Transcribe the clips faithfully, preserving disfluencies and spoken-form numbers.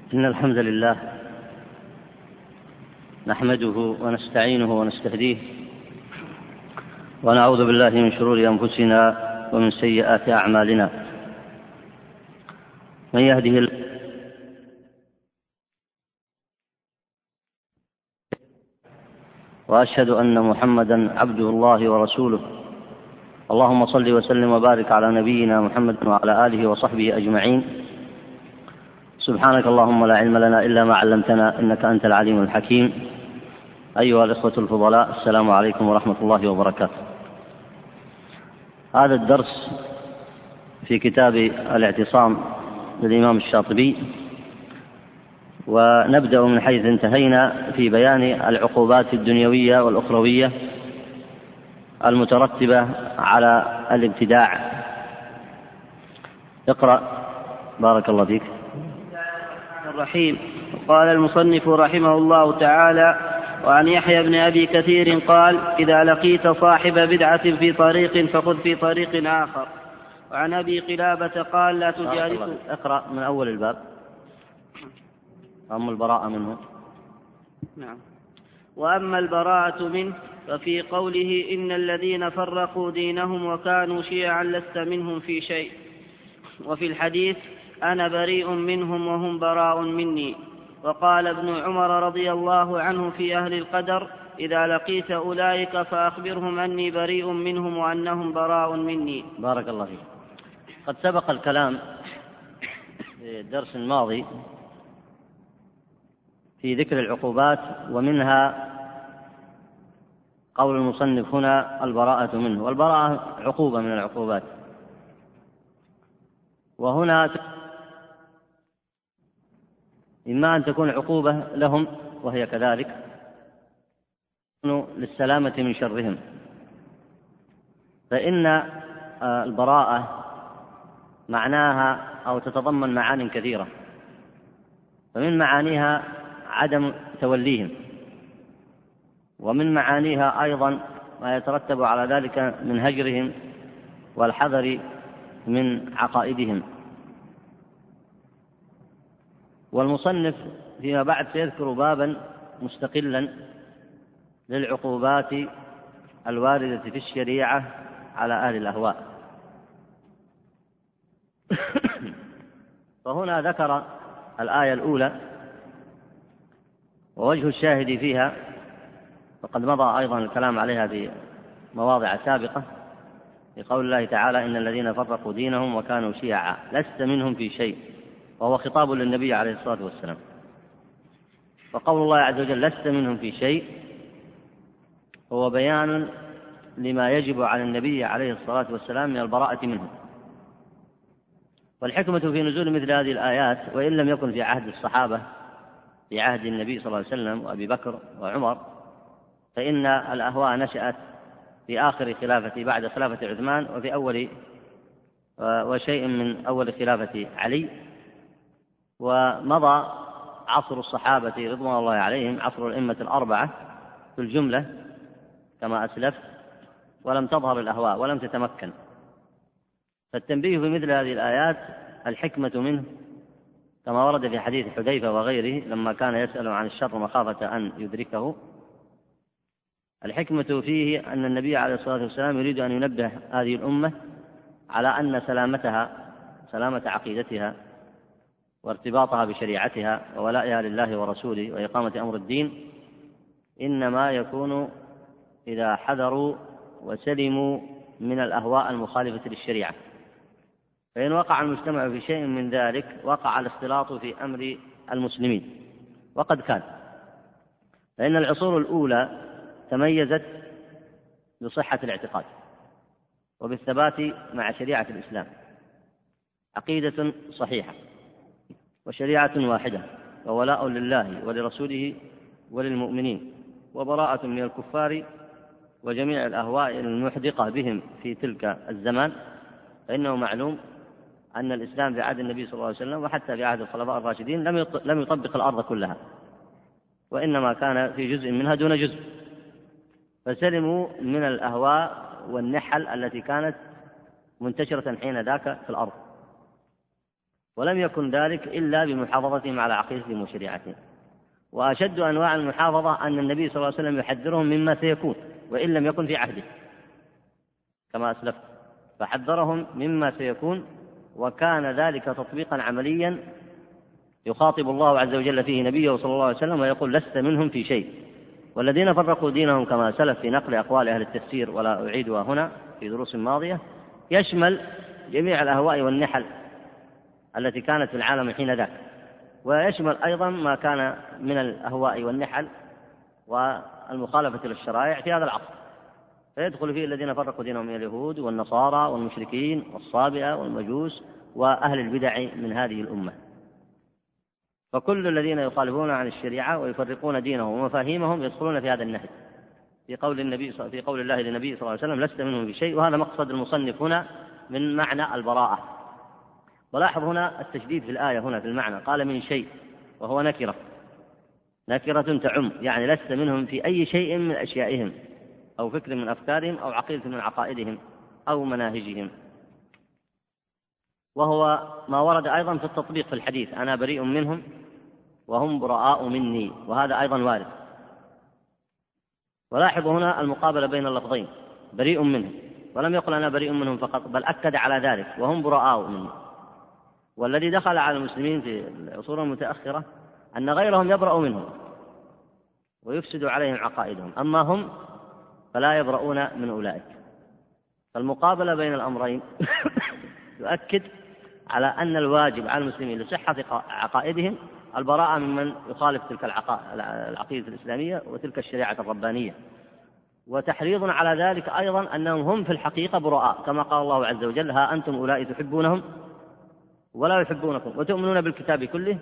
إن الحمد لله نحمده ونستعينه ونستهديه ونعوذ بالله من شرور أنفسنا ومن سيئات أعمالنا. من يهده الله وأشهد أن محمدا عبده الله ورسوله. اللهم صل وسلم وبارك على نبينا محمد وعلى آله وصحبه أجمعين. سبحانك اللهم لا علم لنا إلا ما علمتنا إنك أنت العليم الحكيم. أيها الإخوة الفضلاء، السلام عليكم ورحمة الله وبركاته. هذا الدرس في كتاب الاعتصام للإمام الشاطبي، ونبدأ من حيث انتهينا في بيان العقوبات الدنيوية والأخروية المترتبة على الابتداع. اقرأ بارك الله فيك. الرحيم. قال المصنف رحمه الله تعالى: وعن يحيى بن أبي كثير قال: إذا لقيت صاحب بدعة في طريق فخذ في طريق آخر. وعن أبي قلابة قال: لا تجالسوا. اقرأ من أول الباب. أما البراءة منه. نعم. وأما البراءة منه ففي قوله: إن الذين فرقوا دينهم وكانوا شيعا لست منهم في شيء. وفي الحديث: أنا بريء منهم وهم براء مني. وقال ابن عمر رضي الله عنه في أهل القدر: إذا لقيت أولئك فأخبرهم أني بريء منهم وأنهم براء مني. بارك الله فيك. قد سبق الكلام في الدرس الماضي في ذكر العقوبات، ومنها قول المصنف هنا البراءة منه، والبراءة عقوبة من العقوبات. وهنا إما أن تكون عقوبة لهم وهي كذلك للسلامة من شرهم، فإن البراءة معناها أو تتضمن معان كثيرة، فمن معانيها عدم توليهم، ومن معانيها أيضا ما يترتب على ذلك من هجرهم والحذر من عقائدهم. والمصنف فيما بعد سيذكر بابا مستقلا للعقوبات الواردة في الشريعة على أهل الأهواء. فهنا ذكر الآية الأولى، ووجه الشاهد فيها وقد مضى أيضا الكلام عليها في مواضع سابقة، في قول الله تعالى: إن الذين فرقوا دينهم وكانوا شيعا لست منهم في شيء، وهو خطاب للنبي عليه الصلاة والسلام. وقول الله عز وجل لست منهم في شيء هو بيان لما يجب على النبي عليه الصلاة والسلام من البراءة منهم. والحكمة في نزول مثل هذه الآيات، وإن لم يكن في عهد الصحابة في عهد النبي صلى الله عليه وسلم وأبي بكر وعمر، فإن الأهواء نشأت في آخر خلافة بعد خلافة عثمان، وفي أول وشيء من أول خلافة علي. ومضى عصر الصحابة رضوان الله عليهم، عصر الأئمة الأربعة في الجملة كما أسلفت، ولم تظهر الأهواء ولم تتمكن. فالتنبيه في مثل هذه الآيات الحكمة منه، كما ورد في حديث حذيفة وغيره لما كان يسأل عن الشر مخافة أن يدركه. الحكمة فيه أن النبي عليه الصلاة والسلام يريد أن ينبه هذه الأمة على أن سلامتها سلامة عقيدتها وارتباطها بشريعتها وولائها لله ورسوله وإقامة أمر الدين إنما يكون إذا حذروا وسلموا من الأهواء المخالفة للشريعة. فإن وقع المجتمع في شيء من ذلك وقع الاختلاط في أمر المسلمين، وقد كان. فإن العصور الأولى تميزت بصحة الاعتقاد وبالثبات مع شريعة الإسلام، عقيدة صحيحة وشريعة واحدة وولاء لله ولرسوله وللمؤمنين، وبراءة من الكفار وجميع الأهواء المحدقة بهم في تلك الزمان. فإنه معلوم أن الإسلام في عهد النبي صلى الله عليه وسلم وحتى في عهد الخلفاء الراشدين لم يطبق الأرض كلها، وإنما كان في جزء منها دون جزء، فسلموا من الأهواء والنحل التي كانت منتشرة حين ذاك في الأرض. ولم يكن ذلك إلا بمحافظتهم على عقيدتهم وشريعتهم. وأشد أنواع المحافظة أن النبي صلى الله عليه وسلم يحذرهم مما سيكون وإن لم يكن في عهده كما أسلفت، فحذرهم مما سيكون، وكان ذلك تطبيقا عمليا يخاطب الله عز وجل فيه نبيه صلى الله عليه وسلم ويقول: لست منهم في شيء. والذين فرقوا دينهم كما سلف في نقل أقوال أهل التفسير ولا أعيدها هنا في دروس ماضية، يشمل جميع الأهواء والنحل التي كانت في العالم حين ذاك، ويشمل أيضا ما كان من الأهواء والنحل والمخالفة للشرائع في هذا العصر، فيدخل فيه الذين فرقوا دينهم من اليهود والنصارى والمشركين والصابئة والمجوس وأهل البدع من هذه الأمة. فكل الذين يخالفون عن الشريعة ويفرقون دينهم ومفاهيمهم يدخلون في هذا النهي في قول النبي في قول الله للنبي صلى الله عليه وسلم: لست منهم في شيء. وهذا مقصد المصنف هنا من معنى البراءة. ولاحظ هنا التشديد في الآية هنا في المعنى، قال من شيء وهو نكرة، نكرة تعم، يعني لست منهم في أي شيء من أشيائهم أو فكر من أفكارهم أو عقيدة من عقائدهم أو مناهجهم. وهو ما ورد أيضا في التطبيق في الحديث: أنا بريء منهم وهم براء مني، وهذا أيضا وارد. ولاحظ هنا المقابلة بين اللفظين: بريء منهم، ولم يقل أنا بريء منهم فقط، بل أكد على ذلك: وهم براء مني. والذي دخل على المسلمين في العصور المتأخرة أن غيرهم يبرأ منهم ويفسد عليهم عقائدهم، أما هم فلا يبرؤون من أولئك. فالمقابلة بين الأمرين يؤكد على أن الواجب على المسلمين لصحة عقائدهم البراءة ممن يخالف تلك العقيدة الإسلامية وتلك الشريعة الربانية، وتحريض على ذلك أيضا أنهم هم في الحقيقة براء، كما قال الله عز وجل: ها أنتم أولئك تحبونهم ولا يحبونكم وتؤمنون بالكتاب كله،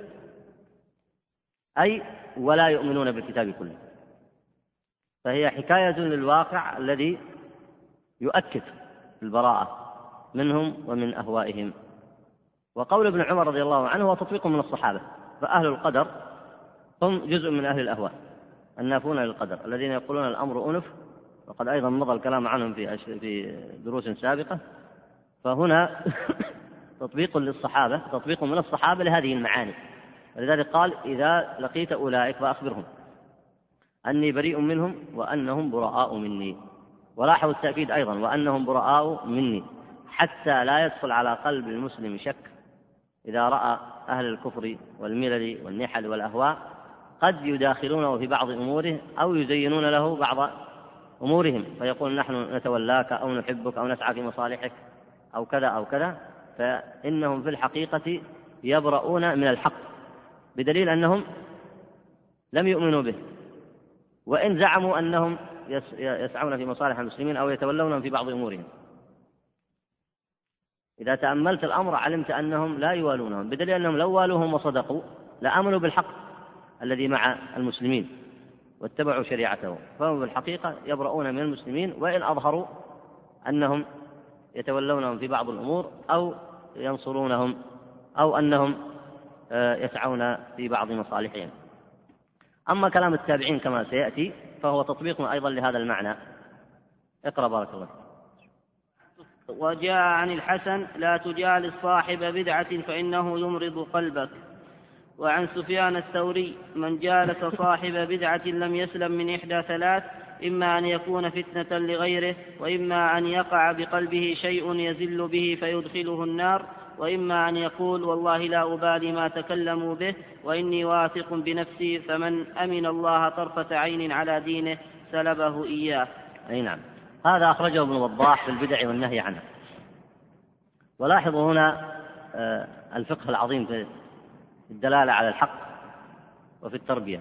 أي ولا يؤمنون بالكتاب كله. فهي حكاية للواقع الذي يؤكد البراءة منهم ومن أهوائهم. وقول ابن عمر رضي الله عنه هو تطبيق من الصحابة، فأهل القدر هم جزء من أهل الأهواء النافون للقدر الذين يقولون الأمر أنف، وقد أيضا مضى الكلام عنهم في في دروس سابقة. فهنا تطبيق للصحابة، تطبيق من الصحابة لهذه المعاني، ولذلك قال: إذا لقيت أولئك فأخبرهم أني بريء منهم وأنهم براء مني. ولاحظ التأكيد أيضا: وأنهم براء مني، حتى لا يدخل على قلب المسلم شك إذا رأى أهل الكفر والملل والنحل والأهواء قد يداخلونه في بعض أموره أو يزينون له بعض أمورهم، فيقول: نحن نتولاك أو نحبك أو نسعى في مصالحك أو كذا أو كذا، فإنهم في الحقيقة يبرؤون من الحق، بدليل أنهم لم يؤمنوا به، وإن زعموا أنهم يسعون في مصالح المسلمين أو يتولونهم في بعض أمورهم. إذا تأملت الأمر علمت أنهم لا يوالونهم، بدليل أنهم لو والوهم وصدقوا لآمنوا بالحق الذي مع المسلمين واتبعوا شريعته، فهم بالحقيقة يبرؤون من المسلمين وإن أظهروا أنهم يتولونهم في بعض الأمور أو ينصرونهم أو أنهم يسعون في بعض مصالحهم. أما كلام التابعين كما سيأتي فهو تطبيق أيضا لهذا المعنى. اقرأ بارك الله. وجاء عن الحسن: لا تجالس صاحب بدعة فإنه يمرض قلبك. وعن سفيان الثوري: من جالس صاحب بدعة لم يسلم من إحدى ثلاث: إما أن يكون فتنة لغيره، وإما أن يقع بقلبه شيء يزل به فيدخله النار، وإما أن يقول: والله لا أبالي ما تكلموا به وإني واثق بنفسي، فمن أمن الله طرفة عين على دينه سلبه إياه. أي نعم، هذا أخرجه ابن وضاح في البدع والنهي عنه. ولاحظوا هنا الفقه العظيم في الدلالة على الحق وفي التربية.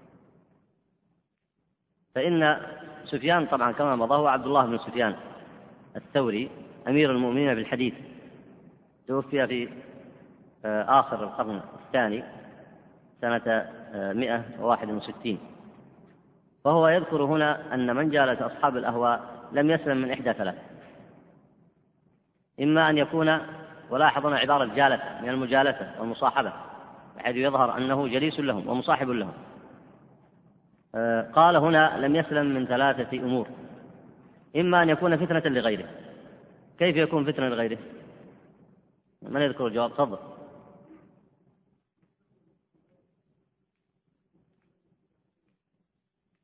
فإن سفيان طبعا كما مضى هو عبد الله بن سفيان الثوري أمير المؤمنين بالحديث، توفي في آخر القرن الثاني سنة مئة وواحد وستين. فهو يذكر هنا أن من جالس أصحاب الأهواء لم يسلم من إحدى ثلاث: إما أن يكون، ولاحظنا عبارة جالس من المجالسة والمصاحبة بحيث يظهر أنه جليس لهم ومصاحب لهم. قال هنا لم يسلم من ثلاثة أمور: إما أن يكون فتنة لغيره. كيف يكون فتنة لغيره؟ من يذكر الجواب؟ تفضل.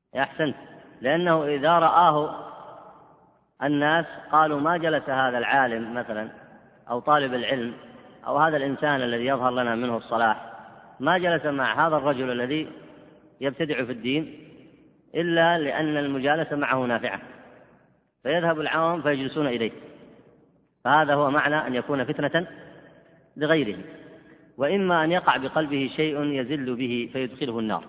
أحسنت، لأنه إذا رآه الناس قالوا ما جلس هذا العالم مثلا أو طالب العلم أو هذا الإنسان الذي يظهر لنا منه الصلاح ما جلس مع هذا الرجل الذي يبتدع في الدين إلا لأن المجالسة معه نافعة، فيذهب العوام فيجلسون إليه. فهذا هو معنى أن يكون فتنة لغيره. وإما أن يقع بقلبه شيء يزل به فيدخله النار،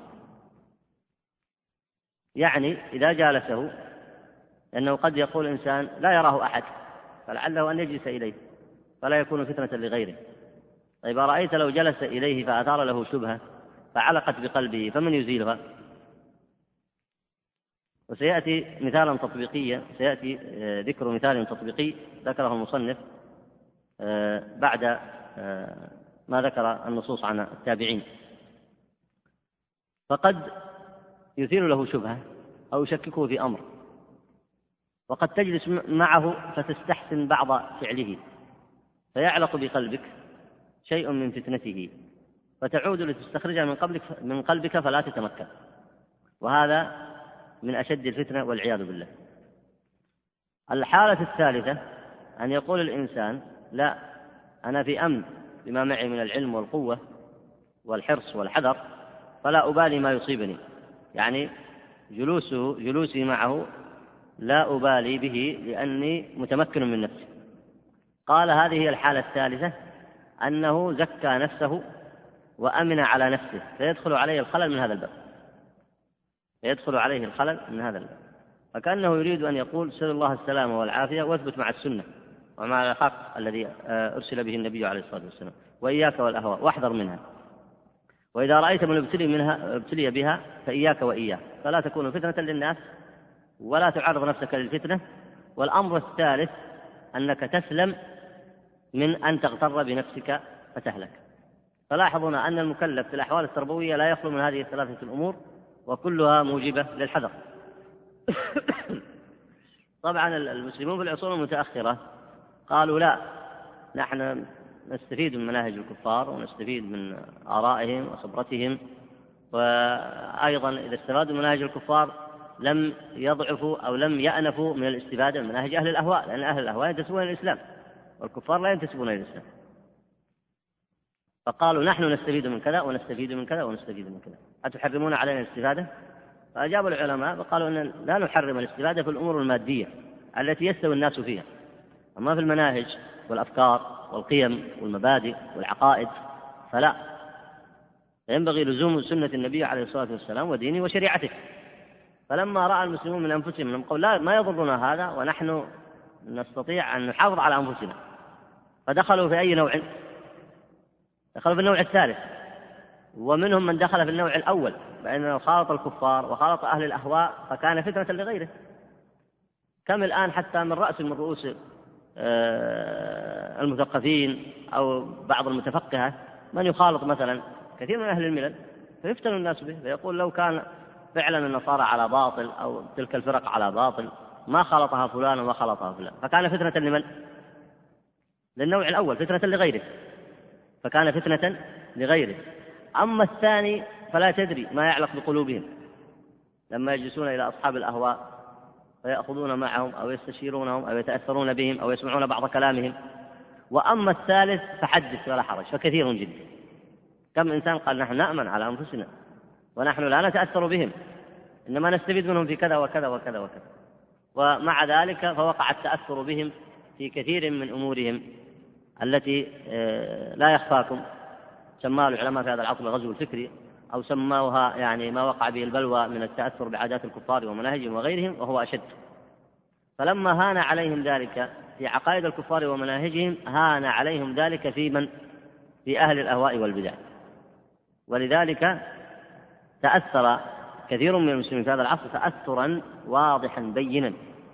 يعني إذا جالسه، لأنه قد يقول إنسان لا يراه أحد فلعله أن يجلس إليه فلا يكون فتنة لغيره. طيب رأيت لو جلس إليه فأثار له شبهة فعلقت بقلبه فمن يزيلها؟ وسيأتي مثالا تطبيقيا، سيأتي ذكر مثال تطبيقي ذكره المصنف بعد ما ذكر النصوص عن التابعين. فقد يثير له شبهة أو يشككه في أمر، وقد تجلس معه فتستحسن بعض فعله فيعلق بقلبك شيء من فتنته فتعود لتستخرجها من قلبك من قلبك فلا تتمكن، وهذا من أشد الفتنة والعياذ بالله. الحالة الثالثة أن يقول الإنسان لا، أنا في أمن بما معي من العلم والقوة والحرص والحذر فلا أبالي ما يصيبني، يعني جلوسه جلوسي معه لا أبالي به لأني متمكن من نفسي. قال هذه هي الحالة الثالثة، أنه زكى نفسه وأمن على نفسه فيدخل عليه الخلل من هذا الباب، فيدخل عليه الخلل من هذا الباب. فكأنه يريد أن يقول سل الله السلامة والعافية واثبت مع السنة ومع الحق الذي أرسل به النبي عليه الصلاة والسلام، وإياك والأهواء واحذر منها، وإذا رأيت من ابتلي منها ابتلي بها فإياك وإياه، فلا تكون فتنة للناس ولا تعرض نفسك للفتنة. والأمر الثالث أنك تسلم من أن تغتر بنفسك فتهلك. فلاحظون أن المكلف في الأحوال التربوية لا يخلو من هذه الثلاثة الأمور وكلها موجبة للحذر. طبعا المسلمون في العصور المتأخرة قالوا لا، نحن نستفيد من مناهج الكفار ونستفيد من آرائهم وخبرتهم، وأيضا إذا استفادوا من مناهج الكفار لم يضعفوا أو لم يأنفوا من الاستفادة من مناهج أهل الأهواء، لأن أهل الأهواء ينتسبون إلى الإسلام والكفار لا ينتسبون إلى الإسلام. فقالوا نحن نستفيد من كذا ونستفيد من كذا ونستفيد من كذا، أتحرمون علينا الاستفادة؟ فأجاب العلماء وقالوا أن لا نحرم الاستفادة في الأمور المادية التي يستوي الناس فيها، أما في المناهج والأفكار والقيم والمبادئ والعقائد فلا، ينبغي لزوم سنة النبي عليه الصلاة والسلام ودينه وشريعته. فلما رأى المسلمون من أنفسهم من قول لا ما يضرنا هذا ونحن نستطيع أن نحافظ على أنفسنا، فدخلوا في أي نوع؟ دخلوا في النوع الثالث، ومنهم من دخل في النوع الأول بأنه خالط الكفار وخالط أهل الأهواء فكان فتنة لغيره. كم الآن حتى من رأس من رؤوس المثقفين أو بعض المتفقهة من يخالط مثلا كثير من أهل الملل فيفتن الناس به، فيقول لو كان فعلا النصارى على باطل أو تلك الفرق على باطل ما خلطها فلان وما خلطها فلان، فكان فتنة لمن؟ للنوع الأول، فتنة لغيره، فكان فتنة لغيره. أما الثاني فلا تدري ما يعلق بقلوبهم لما يجلسون إلى أصحاب الأهواء فيأخذون معهم أو يستشيرونهم أو يتأثرون بهم أو يسمعون بعض كلامهم. وأما الثالث فحدث ولا حرج، فكثير جدا. كم إنسان قال نحن نأمن على أنفسنا ونحن لا نتأثر بهم، إنما نستفيد منهم في كذا وكذا وكذا وكذا، ومع ذلك فوقع التأثر بهم في كثير من أمورهم التي لا يخفاكم سماها العلماء في هذا العصر الغزو الفكري، أو سموها يعني ما وقع به البلوى من التأثر بعادات الكفار ومناهجهم وغيرهم، وهو أشد. فلما هان عليهم ذلك في عقائد الكفار ومناهجهم هان عليهم ذلك في من؟ في أهل الأهواء والبدع. ولذلك تأثر كثير من المسلمين في هذا العصر تأثرا واضحا بينا.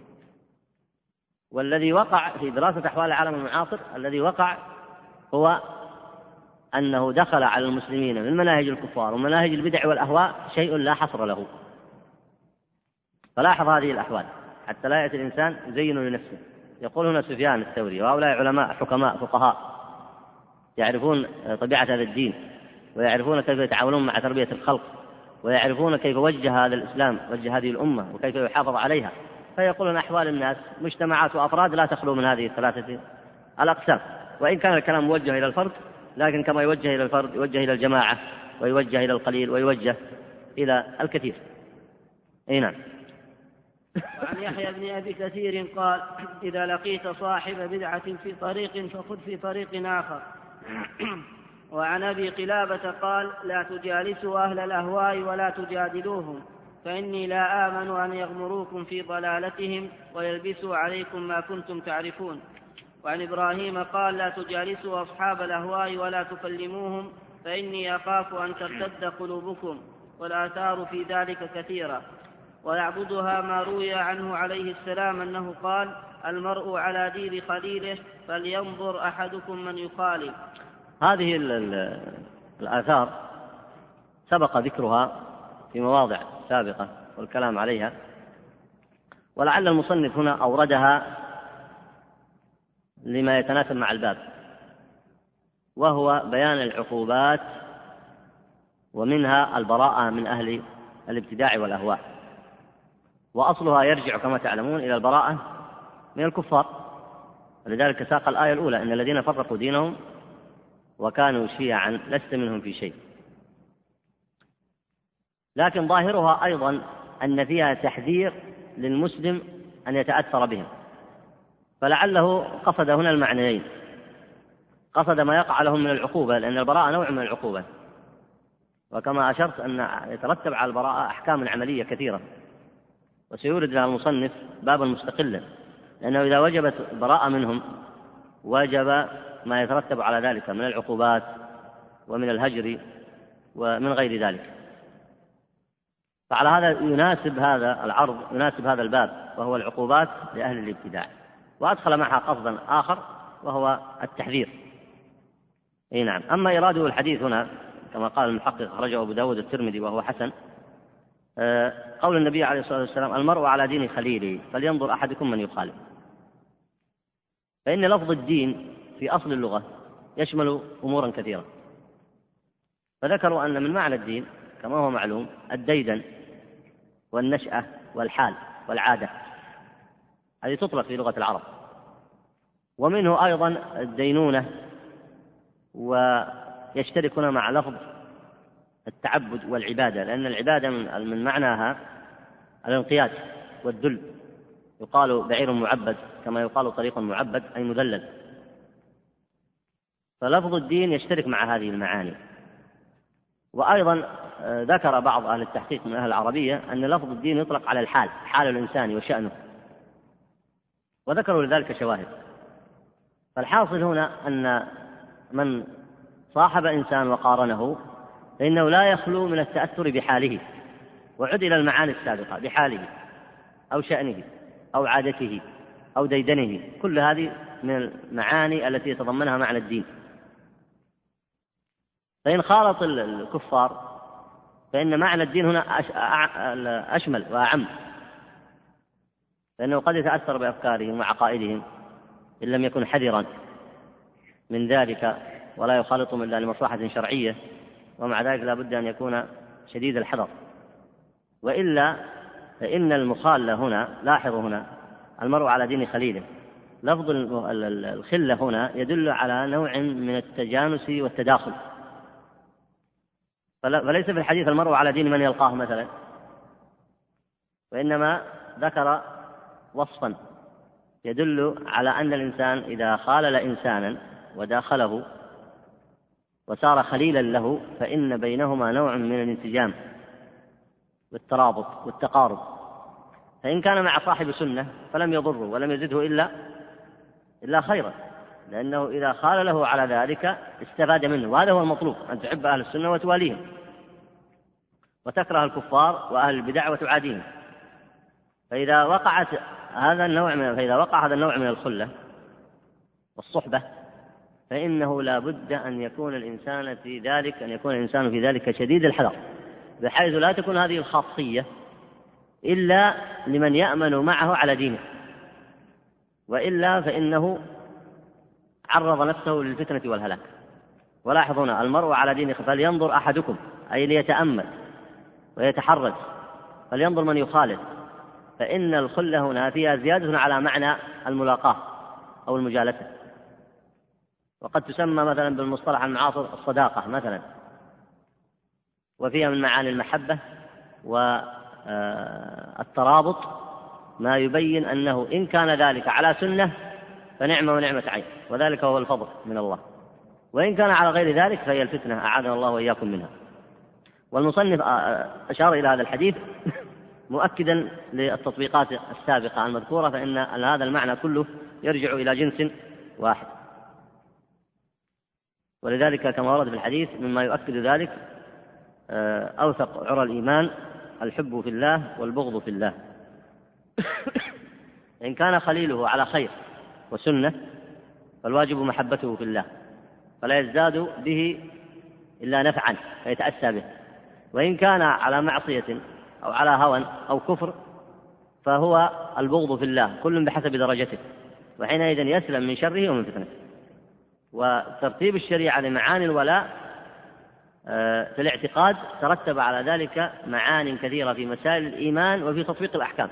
والذي وقع في دراسة أحوال العالم المعاصر الذي وقع هو أنه دخل على المسلمين من مناهج الكفار ومناهج البدع والأهواء شيء لا حصر له. فلاحظ هذه الأحوال حتى لا يأتي الإنسان يزين لنفسه. يقول هنا سفيان الثوري وهؤلاء علماء حكماء فقهاء يعرفون طبيعة هذا الدين ويعرفون كيف يتعاملون مع تربية الخلق ويعرفون كيف وجه هذا الإسلام، وجه هذه الأمة، وكيف يحافظ عليها، فيقولون أحوال الناس مجتمعات وأفراد لا تخلو من هذه الثلاثة الأقسام. وإن كان الكلام موجه إلى الفرد، لكن كما يوجه إلى الفرد يوجه إلى الجماعة، ويوجه إلى القليل، ويوجه إلى الكثير. أي نعم. وعن يحيى بن أبي كثير قال: إذا لقيت صاحب بدعة في طريق فخذ في طريق آخر. وعن أبي قلابة قال: لا تجالسوا أهل الأهواء ولا تجادلوهم، فإني لا آمن أن يغمروكم في ضلالتهم ويلبسوا عليكم ما كنتم تعرفون. وعن إبراهيم قال: لا تجالسوا أصحاب الأهواء ولا تكلموهم، فإني أخاف أن ترتد قلوبكم، والآثار في ذلك كثيرة، ويعبدها ما روي عنه عليه السلام أنه قال: المرء على دين خليله، فلينظر أحدكم من يخالف. هذه الآثار سبق ذكرها في مواضع سابقة والكلام عليها، ولعل المصنف هنا أوردها لما يتناسب مع الباب، وهو بيان العقوبات، ومنها البراءة من أهل الابتداع والأهواء، وأصلها يرجع كما تعلمون إلى البراءة من الكفار، ولذلك ساق الآية الأولى: إن الذين فرقوا دينهم وكانوا شيعا لست منهم في شيء. لكن ظاهرها أيضا أن فيها تحذير للمسلم أن يتأثر بهم، فلعله قصد هنا المعنيين، قصد ما يقع لهم من العقوبة، لأن البراءة نوع من العقوبة، وكما أشرت أن يترتب على البراءة أحكام عملية كثيرة، وسيورد لها المصنف بابا مستقلا، لأنه إذا وجبت البراءة منهم وجب ما يترتب على ذلك من العقوبات ومن الهجر ومن غير ذلك. فعلى هذا يناسب هذا العرض، يناسب هذا الباب، وهو العقوبات لأهل الابتداع، وأدخل معها قصدا آخر وهو التحذير. أي نعم. أما إراده الحديث هنا كما قال المحقق أخرجه أبو داود الترمذي وهو حسن، قول النبي عليه الصلاة والسلام: المرء على دين خليله، فلينظر أحدكم من يخالف. فإن لفظ الدين في أصل اللغة يشمل أمورا كثيرة، فذكروا أن من معنى الدين كما هو معلوم الديدن والنشأة والحال والعادة، هذه تطلق في لغة العرب، ومنه أيضا الدينونة، ويشترك هنا مع لفظ التعبد والعبادة، لأن العبادة من معناها الانقياد والذل، يقال بعير معبد كما يقال طريق معبد أي مذلل، فلفظ الدين يشترك مع هذه المعاني. وأيضا ذكر بعض أهل التحقيق من أهل العربية أن لفظ الدين يطلق على الحال، حال الإنسان وشأنه، وذكروا لذلك شواهد. فالحاصل هنا أن من صاحب إنسان وقارنه فإنه لا يخلو من التأثر بحاله، وعد إلى المعاني السابقة بحاله أو شأنه أو عادته أو ديدنه، كل هذه من المعاني التي يتضمنها معنى الدين. فإن خالط الكفار فإن معنى الدين هنا أشمل وأعم، لأنه قد يتأثر بأفكارهم وعقائدهم إن لم يكن حذرا من ذلك ولا يخالطهم إلا لمصلحة شرعية، ومع ذلك لا بد أن يكون شديد الحذر، وإلا فإن المخالة هنا، لاحظوا هنا المرء على دين خليله، لفظ الخلة هنا يدل على نوع من التجانس والتداخل، فليس في الحديث المرء على دين من يلقاه مثلا، وإنما ذكر وصفا يدل على أن الإنسان إذا خالل إنسانا وداخله وصار خليلا له فإن بينهما نوع من الانسجام والترابط والتقارب، فإن كان مع صاحب سنة فلم يضره ولم يزده إلا إلا خيرا، لأنه إذا خالله على ذلك استفاد منه، وهذا هو المطلوب، أن تحب أهل السنة وتواليهم، وتكره الكفار وأهل البدع وتعاديهم. فإذا وقعت هذا النوع من فإذا وقع هذا النوع من الخلة والصحبة فإنه لا بد أن يكون الإنسان في ذلك أن يكون الإنسان في ذلك شديد الحذر، بحيث لا تكون هذه الخاصية إلا لمن يأمن معه على دينه، وإلا فإنه عرض نفسه للفتنة والهلاك. ولاحظوا هنا المرء على دينه، فلينظر أحدكم أي ليتأمل، ويتحرز، فلينظر من يخالف، فإن الخلة هنا فيها زيادة على معنى الملاقاة أو المجالسة، وقد تسمى مثلا بالمصطلح المعاصر الصداقة مثلا، وفيها من معاني المحبة والترابط ما يبين أنه إن كان ذلك على سنة فنعمة ونعمة عين، وذلك هو الفضل من الله، وإن كان على غير ذلك فهي الفتنة، أعاذنا الله وإياكم منها. والمصنف أشار إلى هذا الحديث مؤكدا للتطبيقات السابقة المذكورة، فإن هذا المعنى كله يرجع إلى جنس واحد، ولذلك كما ورد في الحديث مما يؤكد ذلك أوثق عرى الإيمان الحب في الله والبغض في الله. إن كان خليله على خير وسنة فالواجب محبته في الله، فلا يزداد به إلا نفعا فيتأسى به، وإن كان على معصية أو على هوى أو كفر فهو البغض في الله، كل بحسب درجته، وحينئذ يسلم من شره ومن فتنته. وترتيب الشريعة لمعاني الولاء في الاعتقاد ترتب على ذلك معان كثيرة في مسائل الإيمان وفي تطبيق الأحكام،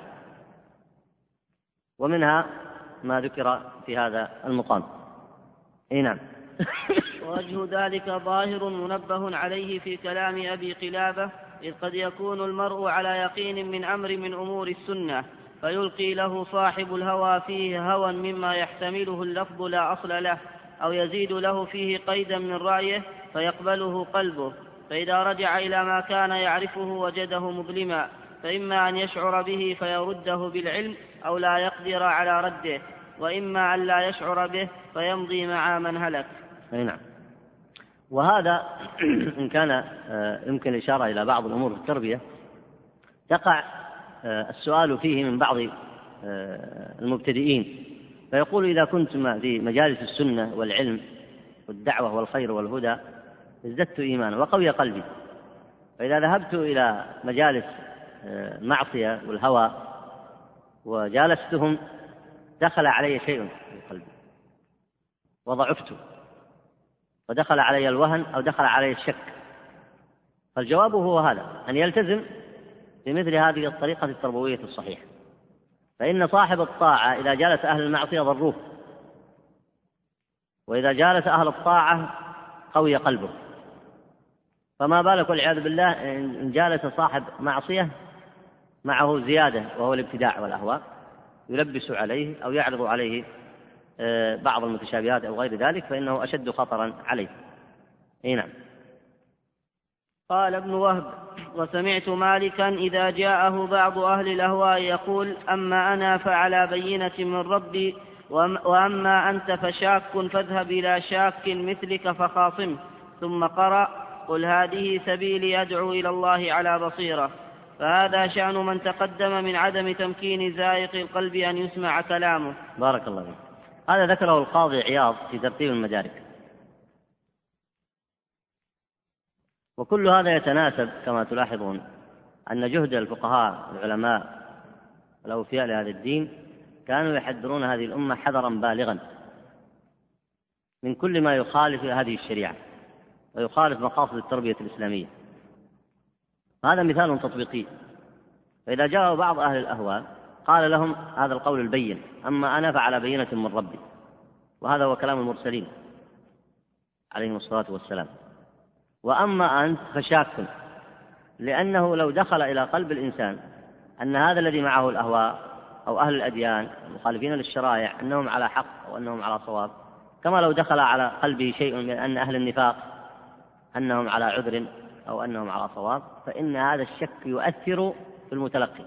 ومنها ما ذكر في هذا المقام. إيه نعم. ووجه ذلك ظاهر منبه عليه في كلام أبي قلابة، إذ قد يكون المرء على يقين من أمر من أمور السنة فيلقي له صاحب الهوى فيه هوى مما يحتمله اللفظ لا أصل له، أو يزيد له فيه قيدا من رأيه فيقبله قلبه، فإذا رجع إلى ما كان يعرفه وجده مظلما، فإما أن يشعر به فيرده بالعلم أو لا يقدر على رده، وإما أن لا يشعر به فيمضي مع من هلك. نعم. وهذا إن كان يمكن الإشارة إلى بعض الأمور في التربية تقع السؤال فيه من بعض المبتدئين، فيقول إذا كنت في مجالس السنة والعلم والدعوة والخير والهدى ازددت إيمانا وقوي قلبي، فإذا ذهبت إلى مجالس معصية والهوى وجالستهم دخل علي شيء في قلبي وضعفت، ودخل علي الوهن أو دخل علي الشك. فالجواب هو هذا، أن يلتزم بمثل هذه الطريقة التربوية الصحيحة، فإن صاحب الطاعة إذا جالس أهل المعصية ضروه، وإذا جالس أهل الطاعة قوي قلبه، فما بالك والعياذ بالله إن جالس صاحب معصية معه زيادة وهو الابتداع والأهواء يلبس عليه أو يعرض عليه بعض المتشابهات أو غير ذلك، فإنه أشد خطرا عليه. إيه نعم. قال ابن وهب: وسمعت مالكا إذا جاءه بعض أهل الأهواء يقول: أما أنا فعلى بينة من ربي، وأما أنت فشاك فاذهب إلى شاك مثلك فخاصمه، ثم قرأ: قل هذه سبيلي أدعو إلى الله على بصيرة. فهذا شأن من تقدم من عدم تمكين زائق القلب أن يسمع كلامه. بارك الله فيك. هذا ذكره القاضي عياض في ترتيب المدارك، وكل هذا يتناسب كما تلاحظون أن جهد الفقهاء العلماء الأوفياء لهذا الدين كانوا يحذرون هذه الأمة حذرا بالغا من كل ما يخالف هذه الشريعة ويخالف مقاصد التربية الإسلامية. هذا مثال تطبيقي. فإذا جاء بعض أهل الأهواء قال لهم هذا القول البين: أما أنا فعلى بينة من ربي، وهذا هو كلام المرسلين عليهم الصلاة والسلام. وأما أنت فشاك، لأنه لو دخل إلى قلب الإنسان أن هذا الذي معه الأهواء أو أهل الأديان المخالفين للشرائع أنهم على حق أو أنهم على صواب، كما لو دخل على قلبه شيء من أن أهل النفاق أنهم على عذر أو أنهم على صواب، فإن هذا الشك يؤثر في المتلقي.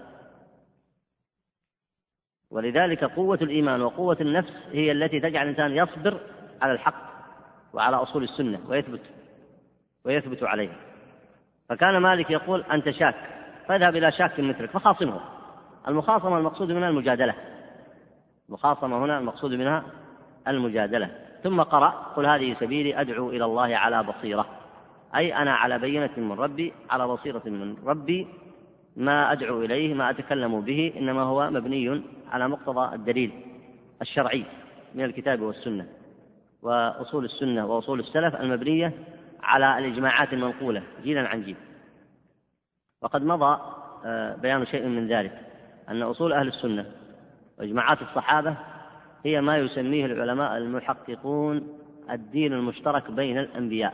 ولذلك قوة الإيمان وقوة النفس هي التي تجعل الإنسان يصبر على الحق وعلى أصول السنة ويثبت ويثبت عليها. فكان مالك يقول: أنت شاك فاذهب إلى شاك مثلك فخاصمه. المخاصمة المقصود منها المجادلة، المخاصمة هنا المقصود منها المجادلة. ثم قرأ: قل هذه سبيلي أدعو إلى الله على بصيرة، أي أنا على بينة من ربي، على بصيرة من ربي، ما أدعو إليه ما أتكلم به إنما هو مبني على مقتضى الدليل الشرعي من الكتاب والسنة وأصول السنة وأصول السلف المبنية على الإجماعات المنقولة جيلا عن جيل. وقد مضى بيان شيء من ذلك، أن أصول أهل السنة وإجماعات الصحابة هي ما يسميه العلماء المحققون الدين المشترك بين الأنبياء.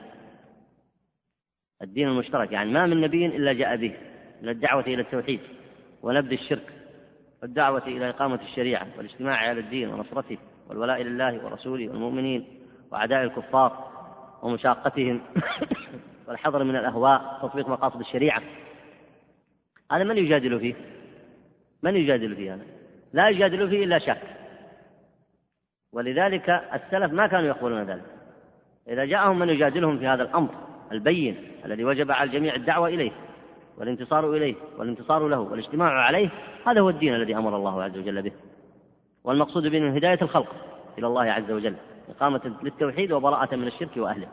الدين المشترك يعني ما من نبي إلا جاء به، من الدعوة إلى التوحيد ونبذ الشرك، والدعوة إلى إقامة الشريعة والاجتماع على الدين ونصرته والولاء لله ورسوله والمؤمنين وأعداء الكفار ومشاقتهم والحذر من الأهواء، تطبيق مقاصد الشريعة. هذا من يجادل فيه؟ من يجادل فيه هذا؟ لا يجادل فيه إلا شاك. ولذلك السلف ما كانوا يقبلون ذلك. إذا جاءهم من يجادلهم في هذا الأمر البين الذي وجب على الجميع الدعوة إليه والانتصار إليه والانتصار له والاجتماع عليه، هذا هو الدين الذي أمر الله عز وجل به، والمقصود به هداية الخلق إلى الله عز وجل، إقامة للتوحيد وبراءة من الشرك وأهله.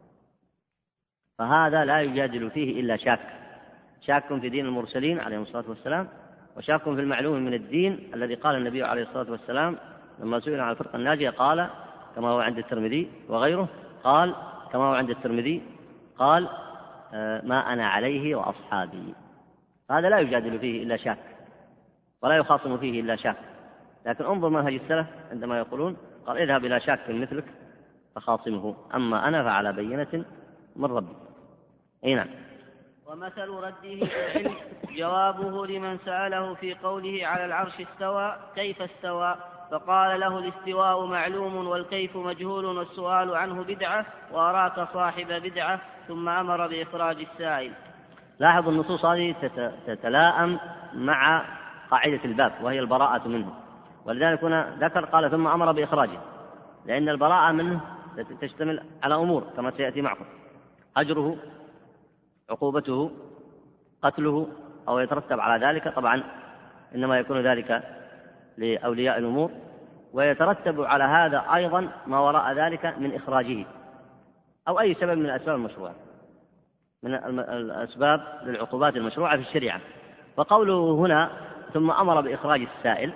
فهذا لا يجادل فيه إلا شاك، شاك في دين المرسلين عليهم الصلاة والسلام، وشاك في المعلوم من الدين الذي قال النبي عليه الصلاة والسلام لما سئل عن الفرقة الناجية قال كما هو عند الترمذي وغيره، قال كما هو عند الترمذي قال ما أنا عليه وأصحابي. هذا لا يجادل فيه إلا شاك ولا يخاصم فيه إلا شاك. لكن انظر منهج السلف عندما يقولون قال اذهب إلى شاك مثلك فخاصمه، أما أنا فعلى بينة من ربي. أي نعم. ومثل رده بالعلم جوابه لمن سأله في قوله على العرش استوى كيف استوى، فقال له الاستواء معلوم والكيف مجهول والسؤال عنه بدعة وأراك صاحب بدعة، ثم أمر بإخراج السائل. لاحظ النصوص هذه تتلائم مع قاعدة الباب وهي البراءة منه، ولذلك هنا ذكر قال ثم أمر بإخراجه، لأن البراءة منه تشتمل على أمور كما سيأتي معكم: أجره، عقوبته، قتله أو يترتب على ذلك. طبعا إنما يكون ذلك لأولياء الأمور، ويترتب على هذا أيضا ما وراء ذلك من إخراجه أو أي سبب من الأسباب المشروعة، من الأسباب للعقوبات المشروعة في الشريعة. فقوله هنا ثم أمر بإخراج السائل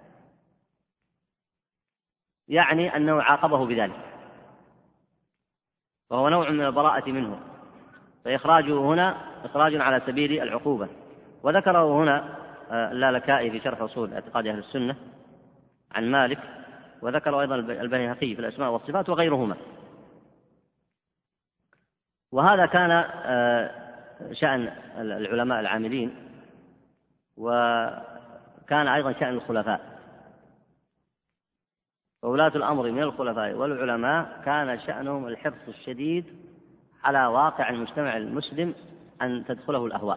يعني أنه عاقبه بذلك، وهو نوع من البراءة منه، فإخراجه هنا إخراج على سبيل العقوبة. وذكره هنا اللالكائي في شرح أصول اعتقاد أهل السنة عن مالك، وذكر أيضا البيهقي في الأسماء والصفات وغيرهما. وهذا كان شأن العلماء العاملين، وكان أيضا شأن الخلفاء. وولاة الأمر من الخلفاء والعلماء كان شأنهم الحرص الشديد على واقع المجتمع المسلم أن تدخله الأهواء.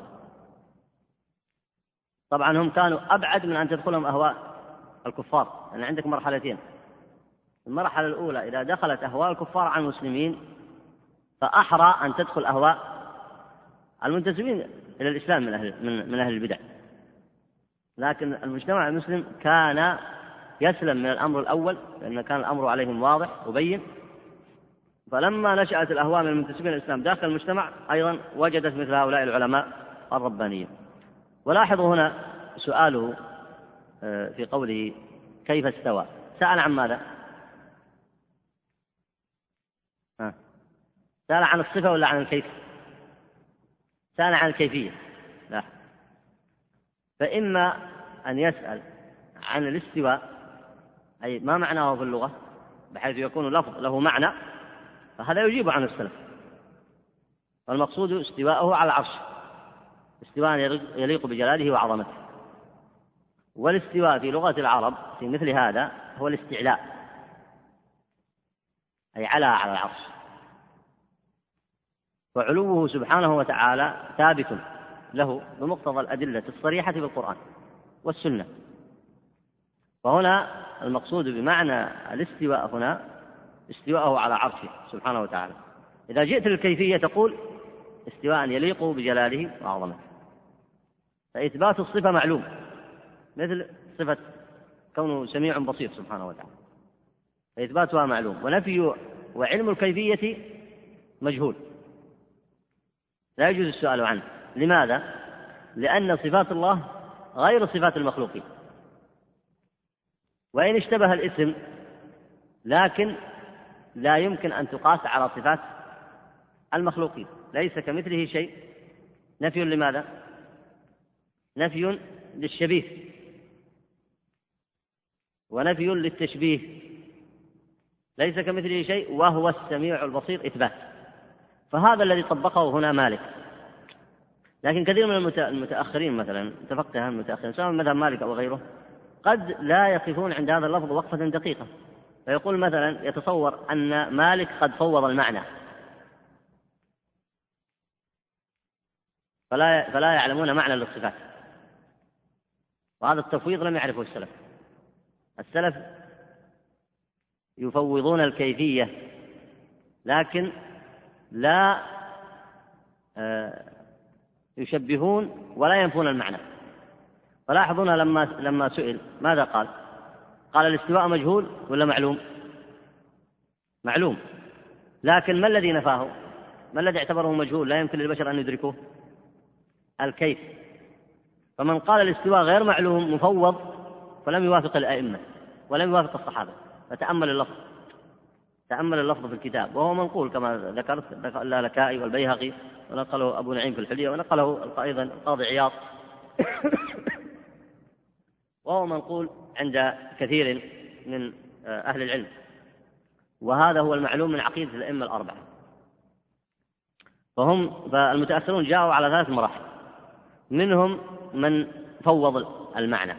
طبعا هم كانوا أبعد من أن تدخلهم أهواء الكفار، لأن يعني عندك مرحلتين: المرحلة الأولى إذا دخلت أهواء الكفار عن المسلمين فأحرى أن تدخل أهواء المنتسبين إلى الإسلام من أهل, من, من أهل البدع. لكن المجتمع المسلم كان يسلم من الأمر الأول، لأن كان الأمر عليهم واضح وبين. فلما نشأت الأهواء من المنتسبين إلى الإسلام داخل المجتمع أيضا وجدت مثل هؤلاء العلماء الربانيين. ولاحظوا هنا سؤاله في قوله كيف استوى، سأل عن ماذا؟ ها. سأل عن الصفة ولا عن الكيف؟ سأل عن الكيفية. لا، فإما أن يسأل عن الاستواء أي ما معناه في اللغة بحيث يكون لفظ له معنى، فهذا يجيب عن السلف. والمقصود استواءه على العرش استواء يليق بجلاله وعظمته. والاستواء في لغة العرب في مثل هذا هو الاستعلاء، أي على على العرش. وعلوه سبحانه وتعالى ثابت له بمقتضى الأدلة الصريحة في القرآن والسنة. فهنا المقصود بمعنى الاستواء هنا استواءه على عرشه سبحانه وتعالى. إذا جئت للكيفية تقول استواء يليق بجلاله وعظمته. فإثبات الصفة معلوم، مثل صفة كونه سميع بصير سبحانه وتعالى، فإثباتها معلوم. ونفي وعلم الكيفية مجهول، لا يجوز السؤال عنه. لماذا؟ لأن صفات الله غير صفات المخلوقين، وإن اشتبه الاسم لكن لا يمكن أن تقاس على صفات المخلوقين، ليس كمثله شيء. نفي لماذا؟ نفي للشبيه ونفي للتشبيه، ليس كمثله شيء وهو السميع البصير إثبات. فهذا الذي طبقه هنا مالك. لكن كثير من المتأخرين مثلا تفقه المتأخرين سواء مذهب مالك أو غيره قد لا يقفون عند هذا اللفظ وقفة دقيقة، فيقول مثلا يتصور أن مالك قد فوض المعنى فلا فلا يعلمون معنى للصفات، وهذا التفويض لم يعرفه السلف. السلف يفوضون الكيفية لكن لا يشبهون ولا ينفون المعنى. فلاحظون لما لما سئل ماذا قال؟ قال الاستواء مجهول ولا معلوم؟ معلوم، لكن ما الذي نفاه؟ ما الذي اعتبره مجهول لا يمكن للبشر أن يدركوه؟ الكيف. فمن قال الاستواء غير معلوم مفوض فلم يوافق الأئمة ولم يوافق الصحابة. فتأمل اللفظ، تأمل اللفظ في الكتاب، وهو منقول كما ذكرت اللالكائي والبيهقي، ونقله أبو نعيم في الحلية، ونقله أيضا القاضي عياض وهو منقول عند كثير من أهل العلم. وهذا هو المعلوم من عقيدة الأئمة الأربعة. فهم فالمتأخرون جاءوا على ثلاث مراحل، منهم من فوض المعنى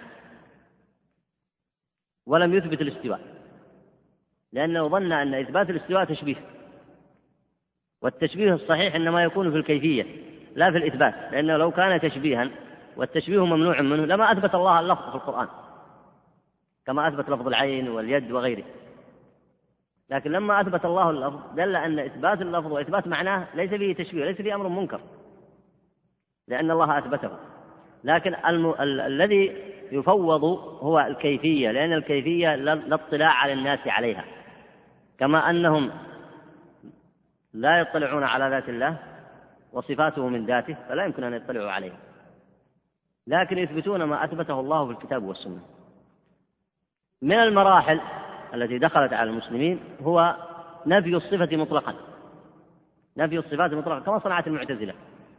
ولم يثبت الاستواء، لأنه ظن أن إثبات الاستواء تشبيه، والتشبيه الصحيح إنما يكون في الكيفية لا في الإثبات، لأنه لو كان تشبيها والتشبيه ممنوع منه لما أثبت الله اللفظ في القرآن كما أثبت لفظ العين واليد وغيره. لكن لما أثبت الله اللفظ دل أن إثبات اللفظ وإثبات معناه ليس فيه تشبيه، ليس فيه أمر منكر، لأن الله أثبته. لكن الم... ال... الذي يفوض هو الكيفية، لأن الكيفية لا اطلاع على الناس عليها، كما أنهم لا يطلعون على ذات الله وصفاته من ذاته فلا يمكن أن يطلعوا عليها، لكن يثبتون ما أثبته الله في الكتاب والسنة. من المراحل التي دخلت على المسلمين هو نفي الصفة مطلقا، نفي الصفات مطلقا كما صنعت المعتزلة.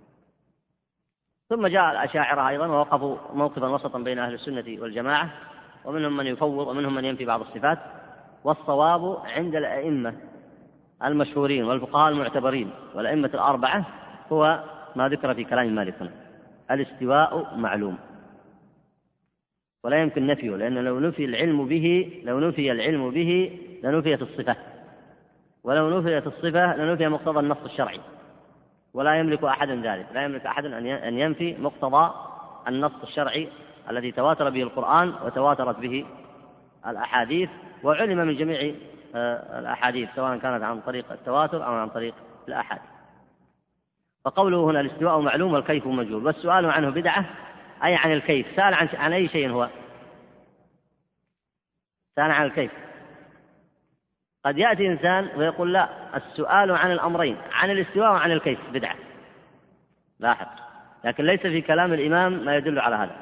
ثم جاء الأشاعرة أيضا ووقفوا موقفا وسطا بين أهل السنة والجماعة، ومنهم من يفوض ومنهم من ينفي بعض الصفات. والصواب عند الأئمة المشهورين والفقهاء المعتبرين والأئمة الأربعة هو ما ذكر في كلام مالك هنا: الاستواء معلوم ولا يمكن نفيه، لأن لو نفي العلم به لو نفي العلم به لنفيت الصفة، ولو نفيت الصفة لنفي مقتضى النص الشرعي، ولا يملك أحد ذلك، لا يملك أحد أن ينفي مقتضى النص الشرعي الذي تواتر به القرآن وتواترت به الأحاديث، وعلم من جميع الأحاديث سواء كانت عن طريق التواتر أو عن طريق الأحاديث. فقوله هنا الاستواء معلوم والكيف مجهول، والسؤال عنه بدعة، أي عن الكيف. سأل عن, عن أي شيء هو؟ سأل عن الكيف. قد يأتي إنسان ويقول لا، السؤال عن الأمرين، عن الاستواء وعن الكيف، بدعة. لاحظ، لكن ليس في كلام الإمام ما يدل على هذا.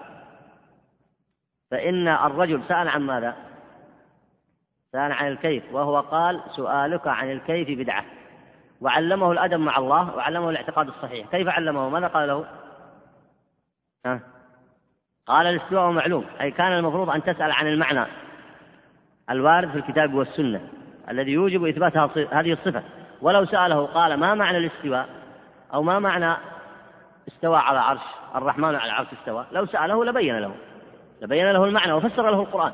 فإن الرجل سأل عن ماذا؟ سأل عن الكيف، وهو قال سؤالك عن الكيف بدعة، وعلمه الأدب مع الله وعلمه الاعتقاد الصحيح. كيف علمه؟ ماذا قال له؟ ها؟ قال الاستواء معلوم، أي كان المفروض أن تسأل عن المعنى الوارد في الكتاب والسنة الذي يوجب إثبات هذه الصفة. ولو سأله قال ما معنى الاستواء أو ما معنى استوى على عرش الرحمن على العرش استوى، لو سأله لبين له لبين له المعنى وفسر له القرآن.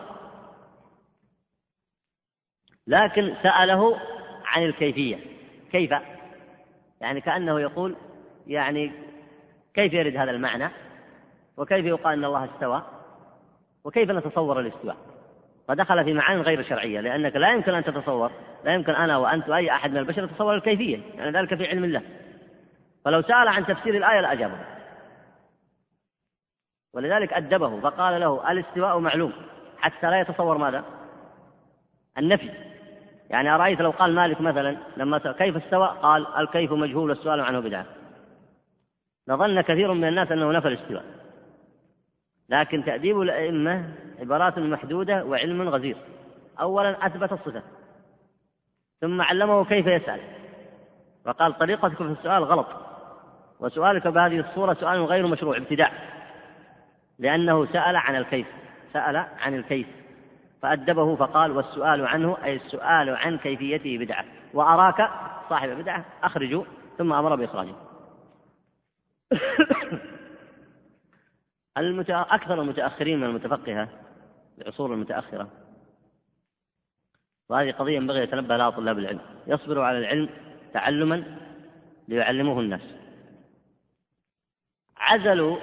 لكن سأله عن الكيفية، كيف؟ يعني كأنه يقول يعني كيف يرد هذا المعنى، وكيف يقال أن الله استوى، وكيف نتصور الاستواء. فدخل في معاني غير شرعية، لأنك لا يمكن أن تتصور، لا يمكن أنا وأنت وأي أحد من البشر يتصور الكيفية، يعني ذلك في علم الله. فلو سأل عن تفسير الآية لأجابه، ولذلك أدبه فقال له الاستواء معلوم، حتى لا يتصور ماذا؟ النفي. يعني أرأيت لو قال مالك مثلا لما كيف استوى قال الكيف مجهول والسؤال عنه بدعة، لظن كثير من الناس أنه نفى الاستواء. لكن تأديب الأئمة عبارات محدودة وعلم غزير. أولا أثبت الصفة، ثم علمه كيف يسأل، وقال طريقتك في السؤال غلط، وسؤالك بهذه الصورة سؤال غير مشروع ابتداع. لأنه سأل عن الكيف، سأل عن الكيف فأدبه فقال: والسؤال عنه أي السؤال عن كيفيته بدعة، وأراك صاحب بدعة أخرجوا، ثم أمر بإخراجه. أكثر المتأخرين من المتفقهة العصور المتأخرة، وهذه قضية ينبغي يتنبه لها طلاب العلم، يصبروا على العلم تعلما ليعلموه الناس. عزلوا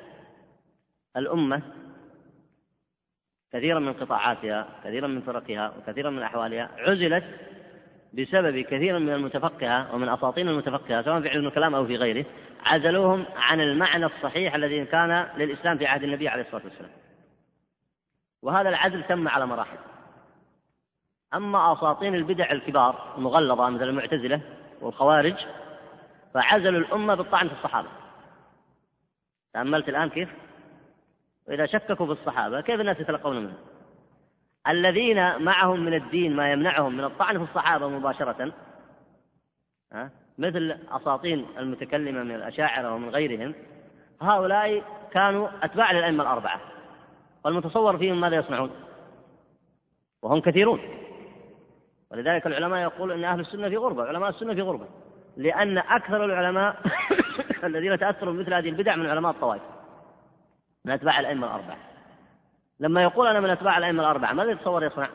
الأمة كثيرا من قطاعاتها، كثيرا من فرقها، وكثيرا من أحوالها عزلت بسبب كثير من المتفقهة ومن أساطين المتفقهة سواء في علم الكلام أو في غيره، عزلوهم عن المعنى الصحيح الذي كان للإسلام في عهد النبي عليه الصلاة والسلام. وهذا العزل تم على مراحل. أما أساطين البدع الكبار المغلظة مثل المعتزلة والخوارج فعزلوا الأمة بالطعن في الصحابة. تأملت الآن كيف؟ وإذا شككوا في الصحابة كيف الناس يتلقون منهم؟ الذين معهم من الدين ما يمنعهم من الطعن في الصحابة مباشرة، مثل أساطين المتكلمة من الأشاعرة ومن غيرهم، هؤلاء كانوا أتباع للأئمة الأربعة، والمتصور فيهم ماذا يصنعون؟ وهم كثيرون. ولذلك العلماء يقول إن أهل السنة في غربة، علماء السنة في غربة، لأن أكثر العلماء الذين تأثروا بمثل هذه البدع من علماء الطوائف من أتباع الأئمة الأربعة. لما يقول أنا من أتباع الأئمة الأربعة ماذا يتصور يصنع؟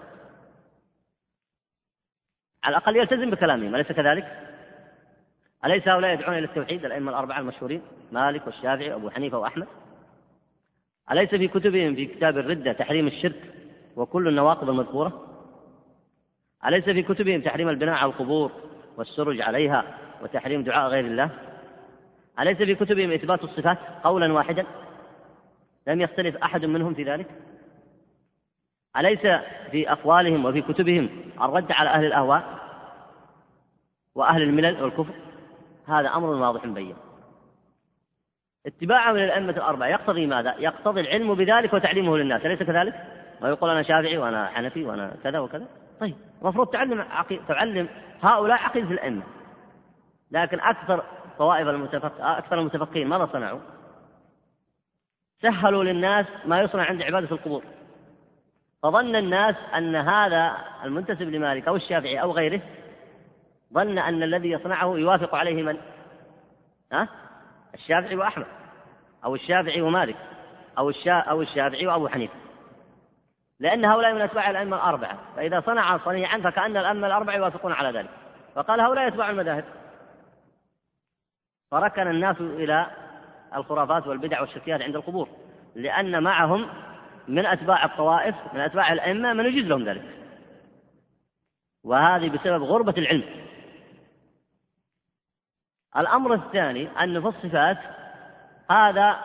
على الأقل يلتزم بكلامهم، أليس كذلك؟ أليس هؤلاء يدعون إلى التوحيد الأئمة الأربعة المشهورين مالك والشافعي وأبو حنيفة وأحمد؟ أليس في كتبهم في كتاب الردة تحريم الشرك وكل النواقض المذكورة؟ أليس في كتبهم تحريم البناء على القبور والسرج عليها وتحريم دعاء غير الله؟ أليس في كتبهم إثبات الصفات قولا واحدا لم يختلف أحد منهم في ذلك؟ أليس في أقوالهم وفي كتبهم الرد على أهل الأهواء وأهل الملل والكفر؟ هذا أمر واضح بين. اتباعهم للأئمة الأربعة يقتضي ماذا؟ يقتضي العلم بذلك وتعليمه للناس، أليس كذلك؟ ويقول أنا شافعي وأنا حنفي وأنا كذا وكذا. طيب المفروض تعلم عقي... تعلم هؤلاء عقيدة الأئمة. لكن أكثر طوائف المتفق... أكثر المتفقين ماذا صنعوا؟ سهلوا للناس ما يصنع عند عبادة القبور، فظن الناس أن هذا المنتسب لمالك أو الشافعي أو غيره ظن أن الذي يصنعه يوافق عليه من؟ ها؟ الشافعي وأحمد، أو الشافعي ومالك، أو الشا... أو الشافعي وأبو حنيفة، لأن هؤلاء من أتباع الأئمة الأربعة، فإذا صنع صنيعا فكأن الأئمة الأربعة يوافقون على ذلك، فقال هؤلاء يتبعوا المذاهب. فركن الناس إلى الخرافات والبدع والشركيات عند القبور، لأن معهم من أتباع الطوائف من أتباع الأئمة من يجوز لهم ذلك، وهذه بسبب غربة العلم. الأمر الثاني أن في الصفات هذا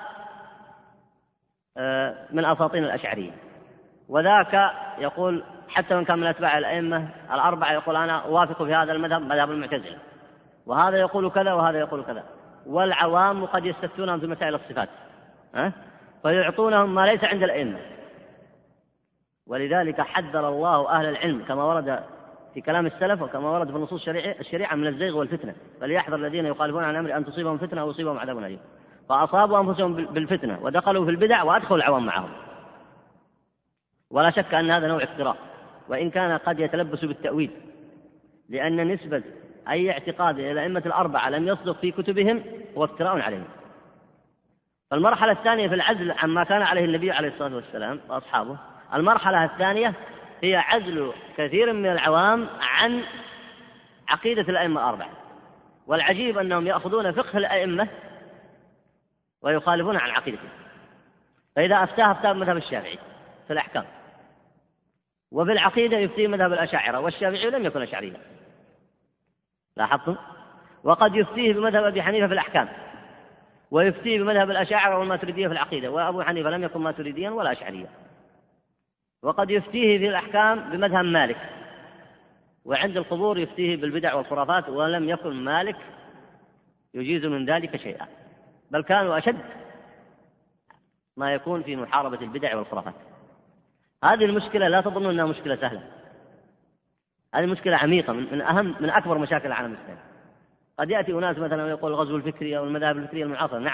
من أساطين الأشعرية، وذاك يقول حتى من كان من أتباع الأئمة الأربعة يقول أنا أوافق في هذا المذهب مذهب المعتزلة، وهذا يقول كذا وهذا يقول كذا. والعوام قد يستفتونهم في مسائل الصفات أه؟ فيعطونهم ما ليس عند الأئمة. ولذلك حذر الله أهل العلم كما ورد في كلام السلف وكما ورد في النصوص الشريعة من الزيغ والفتنة، فليحذر الذين يخالفون عن أمر أن تصيبهم فتنة أو يصيبهم عذاب أليم. فأصابوا أنفسهم بالفتنة ودخلوا في البدع وأدخلوا العوام معهم. ولا شك أن هذا نوع افتراء، وإن كان قد يتلبس بالتأويل، لأن نسبة أي اعتقاد إلى الأئمة الأربعة لم يصدق في كتبهم هو افتراء عليهم. فالمرحلة الثانية في العزل عما كان عليه النبي عليه الصلاة والسلام وأصحابه، المرحلة الثانية هي عزل كثير من العوام عن عقيدة الأئمة الأربعة. والعجيب أنهم يأخذون فقه الأئمة ويخالفون عن عقيدته. فإذا أفتاه أفتاه مذهب الشافعي في الأحكام، وفي العقيدة يفتيه مذهب الأشاعرة، والشافعي لم يكن أشعريا، لاحظتم؟ وقد يفتيه بمذهب أبي حنيفة في الأحكام، ويفتيه بمذهب الأشاعرة والماتريدية في العقيدة، وأبو حنيفة لم يكن ماتريديا ولا أشعريا. وقد يفتيه في الأحكام بمذهب مالك، وعند القبور يفتيه بالبدع والخرافات، ولم يكن مالك يجيز من ذلك شيئا، بل كانوا أشد ما يكون في محاربة البدع والخرافات. هذه المشكلة لا تظنوا أنها مشكلة سهلة، هذه مشكلة عميقة من أهم من أكبر مشاكل العالم الإسلامي. قد يأتي أناس مثلا ويقول الغزو الفكري أو المذاهب الفكرية المعاصرة، نعم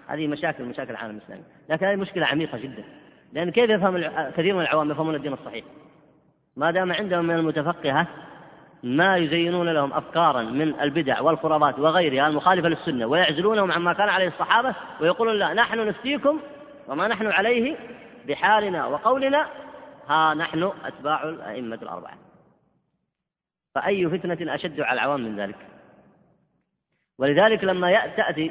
هذه مشاكل مشاكل العالم الإسلامي، لكن هذه مشكلة عميقة جدا، لأن كيف يفهم كثير من العوام يفهمون الدين الصحيح ما دام عندهم من المتفقهة ما يزينون لهم أفكارا من البدع والخرافات وغيرها المخالفة للسنة ويعزلونهم عما كان عليه الصحابة ويقولون لا نحن نفتيكم وما نحن عليه بحالنا وقولنا، ها نحن أتباع الأئمة الأربعة. فأي فتنة أشد على العوام من ذلك؟ ولذلك لما تأتي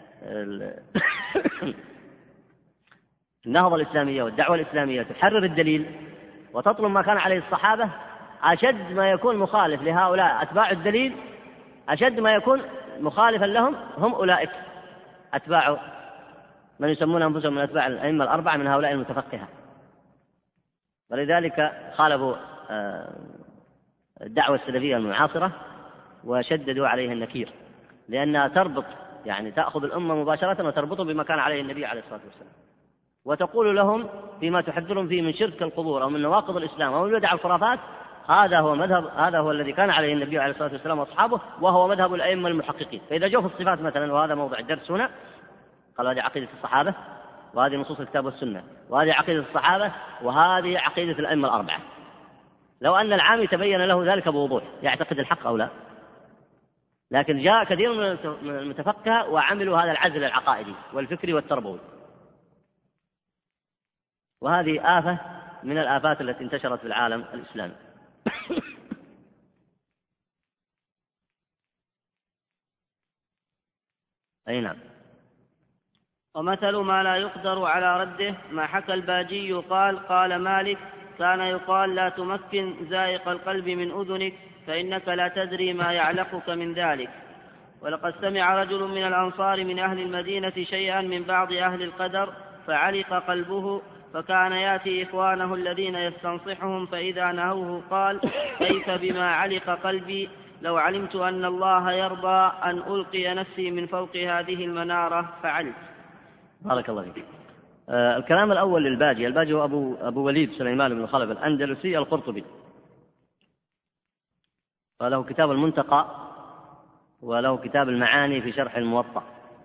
النهضة الإسلامية والدعوة الإسلامية تحرر الدليل وتطلب ما كان عليه الصحابة، أشد ما يكون مخالف لهؤلاء أتباع الدليل أشد ما يكون مخالفا لهم هم أولئك أتباع من يسمون أنفسهم من أتباع الأئمة الأربعة من هؤلاء المتفقهة. ولذلك خالفوا الدعوة السلفية المعاصرة وشددوا عليها النكير، لأنها تربط يعني تأخذ الأمة مباشرة وتربطهم بما كان عليه النبي عليه الصلاة والسلام، وتقول لهم فيما تحذرهم فيه من شرك القبور أو من نواقض الإسلام أو من بدع الخرافات هذا هو مذهب هذا هو الذي كان عليه النبي عليه الصلاة والسلام وأصحابه وهو مذهب الأئمة المحققين. فإذا جو في الصفات مثلا، وهذا موضع الدرس هنا، قال هذه عقيدة الصحابة وهذه نصوص الكتاب والسنة وهذه عقيدة الصحابة وهذه عقيدة الأئمة الأربعة، لو أن العام تبين له ذلك بوضوح يعتقد الحق أو لا، لكن جاء كثير من المتفقهة وعملوا هذا العزل العقائدي والفكري والتربوي، وهذه آفة من الآفات التي انتشرت في العالم الإسلامي. أي نعم. ومثل ما لا يقدر على رده ما حكى الباجي قال قال مالك كان يقال لا تمكن زائق القلب من أذنك فإنك لا تدري ما يعلقك من ذلك. ولقد سمع رجل من الأنصار من أهل المدينة شيئا من بعض أهل القدر فعلق قلبه، فكان يأتي إخوانه الذين يستنصحهم فإذا نهوه قال كيف بما علق قلبي، لو علمت أن الله يرضى أن ألقي نفسي من فوق هذه المنارة فعلت. بارك الله فيك. آه الكلام الأول للباجي، الباجي هو أبو, أبو وليد سليمان بن خلف الأندلسي القرطبي، وله كتاب المنتقى وله كتاب المعاني في شرح الموطأ.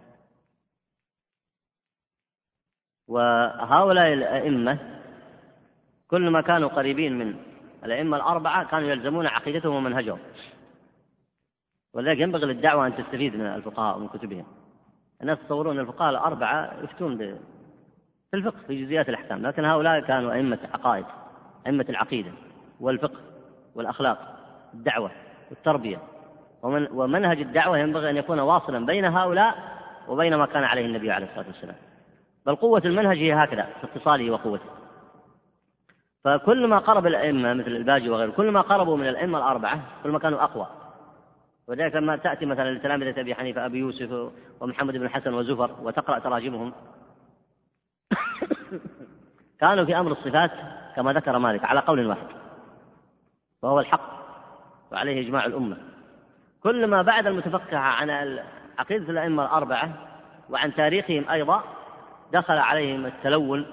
وهؤلاء الأئمة كل ما كانوا قريبين من الأئمة الأربعة كانوا يلزمون عقيدتهم ومنهجهم، ولذلك ينبغي للدعوة أن تستفيد من الفقهاء ومن كتبهم. الناس يتصورون أن الفقهاء الأربعة يفتون في الفقه في جزئيات الأحكام، لكن هؤلاء كانوا أئمة عقائد، أئمة العقيدة والفقه والأخلاق الدعوة والتربية، ومن ومنهج الدعوة ينبغي أن يكون واصلا بين هؤلاء وبين ما كان عليه النبي عليه الصلاة والسلام، بل قوة المنهج هي هكذا في اتصاله وقوته. فكل ما قرب الأئمة مثل الباجي وغيره كل ما قربوا من الأئمة الأربعة كل ما كانوا أقوى. وذلك لما تأتي مثلا لتلامذة أبي حنيفة أبي يوسف ومحمد بن حسن وزفر وتقرأ تراجمهم كانوا في أمر الصفات كما ذكر مالك على قول واحد وهو الحق وعليه إجماع الأمة. كل ما بعد المتفقه عن عقيدة الأئمة الأربعة وعن تاريخهم أيضا دخل عليهم التلون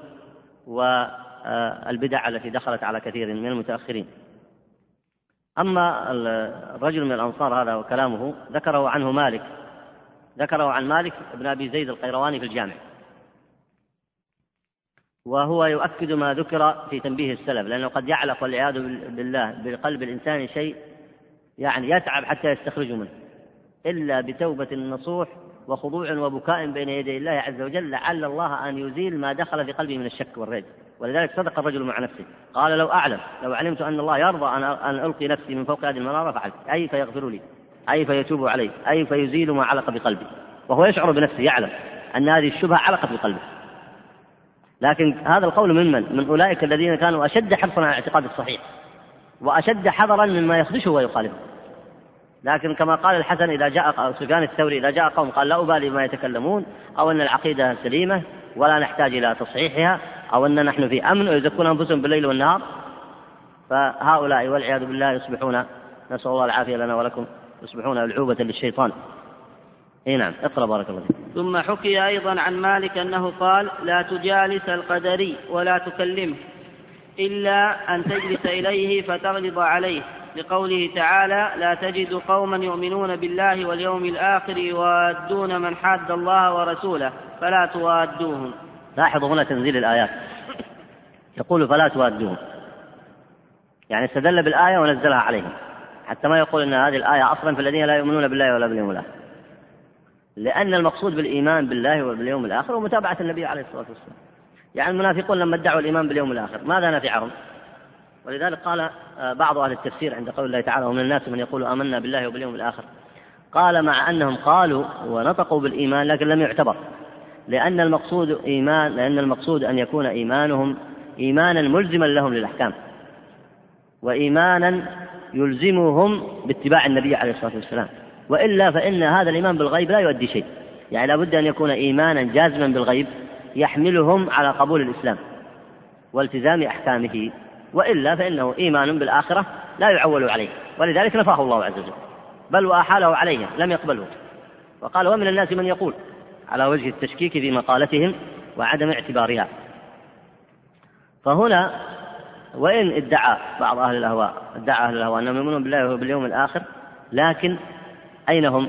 والبدع التي دخلت على كثير من المتأخرين. أما الرجل من الأنصار هذا وكلامه ذكره عنه مالك، ذكره عن مالك بن أبي زيد القيرواني في الجامع، وهو يؤكد ما ذكر في تنبيه السلف، لأنه قد يعلق والعياذ بالله بقلب الإنسان شيء يعني يتعب حتى يستخرجه منه، إلا بتوبة نصوح وخضوع وبكاء بين يدي الله عز وجل لعل الله أن يزيل ما دخل في قلبه من الشك والريب. ولذلك صدق الرجل مع نفسه قال لو أعلم لو علمت أن الله يرضى أن ألقي نفسي من فوق هذه المنارة فعلت، أي فيغفر لي، أي فيتوب علي، أي فيزيل ما علق بقلبي، وهو يشعر بنفسه يعلم أن هذه الشبهة علقت بقلبه. لكن هذا القول ممن من أولئك الذين كانوا أشد حرصا على الاعتقاد الصحيح وأشد حذرا مما يخدشه ويخالفه. لكن كما قال الحسن إذا جاء سفيان الثوري إذا جاء قوم قال لا أبالي ما يتكلمون، أو أن العقيدة سليمة ولا نحتاج إلى تصحيحها، أو أن نحن في أمن ويزكون أنفسهم بالليل والنهار، فهؤلاء والعياذ بالله يصبحون، نسأل الله العافية لنا ولكم، يصبحون ألعوبة للشيطان. إيه نعم، اقرأ بارك الله فيك. ثم حكي أيضا عن مالك أنه قال لا تجالس القدري ولا تكلمه إلا أن تجلس إليه فتغلظ عليه لقوله تعالى: لا تجد قوما يؤمنون بالله واليوم الآخر يوادون من حاد الله ورسوله فلا توادوهم. لاحظوا هنا تنزيل الآيات، يقول فلا توادوهم، يعني استدل بالآية ونزلها عليهم، حتى ما يقول أن هذه الآية أصلا في الذين لا يؤمنون بالله ولا باليوم الآخر، لأن المقصود بالإيمان بالله وباليوم الآخر ومتابعة النبي عليه الصلاة والسلام. يعني المنافقون لما ادعوا الإيمان باليوم الآخر ماذا نفعهم؟ ولذلك قال بعض أهل التفسير عند قول الله تعالى: ومن الناس من يقول آمنا بالله وباليوم الآخر، قال مع أنهم قالوا ونطقوا بالإيمان لكن لم يعتبر، لأن المقصود إيمان لأن المقصود أن يكون إيمانهم إيمانا ملزما لهم للأحكام، وإيمانا يلزمهم باتباع النبي عليه الصلاة والسلام، وإلا فإن هذا الإيمان بالغيب لا يؤدي شيء. يعني لابد أن يكون إيمانا جازما بالغيب يحملهم على قبول الإسلام والتزام أحكامه، وإلا فإنه إيمان بالآخرة لا يعول عليه، ولذلك نفاه الله عز وجل، بل وأحاله عليهم لم يقبله، وقال: ومن الناس من يقول، على وجه التشكيك في مقالتهم وعدم اعتبارها. فهنا وإن ادعى بعض أهل الأهواء ادعى أهل الأهواء أنهم يؤمنون بالله وباليوم الآخر، لكن أين هم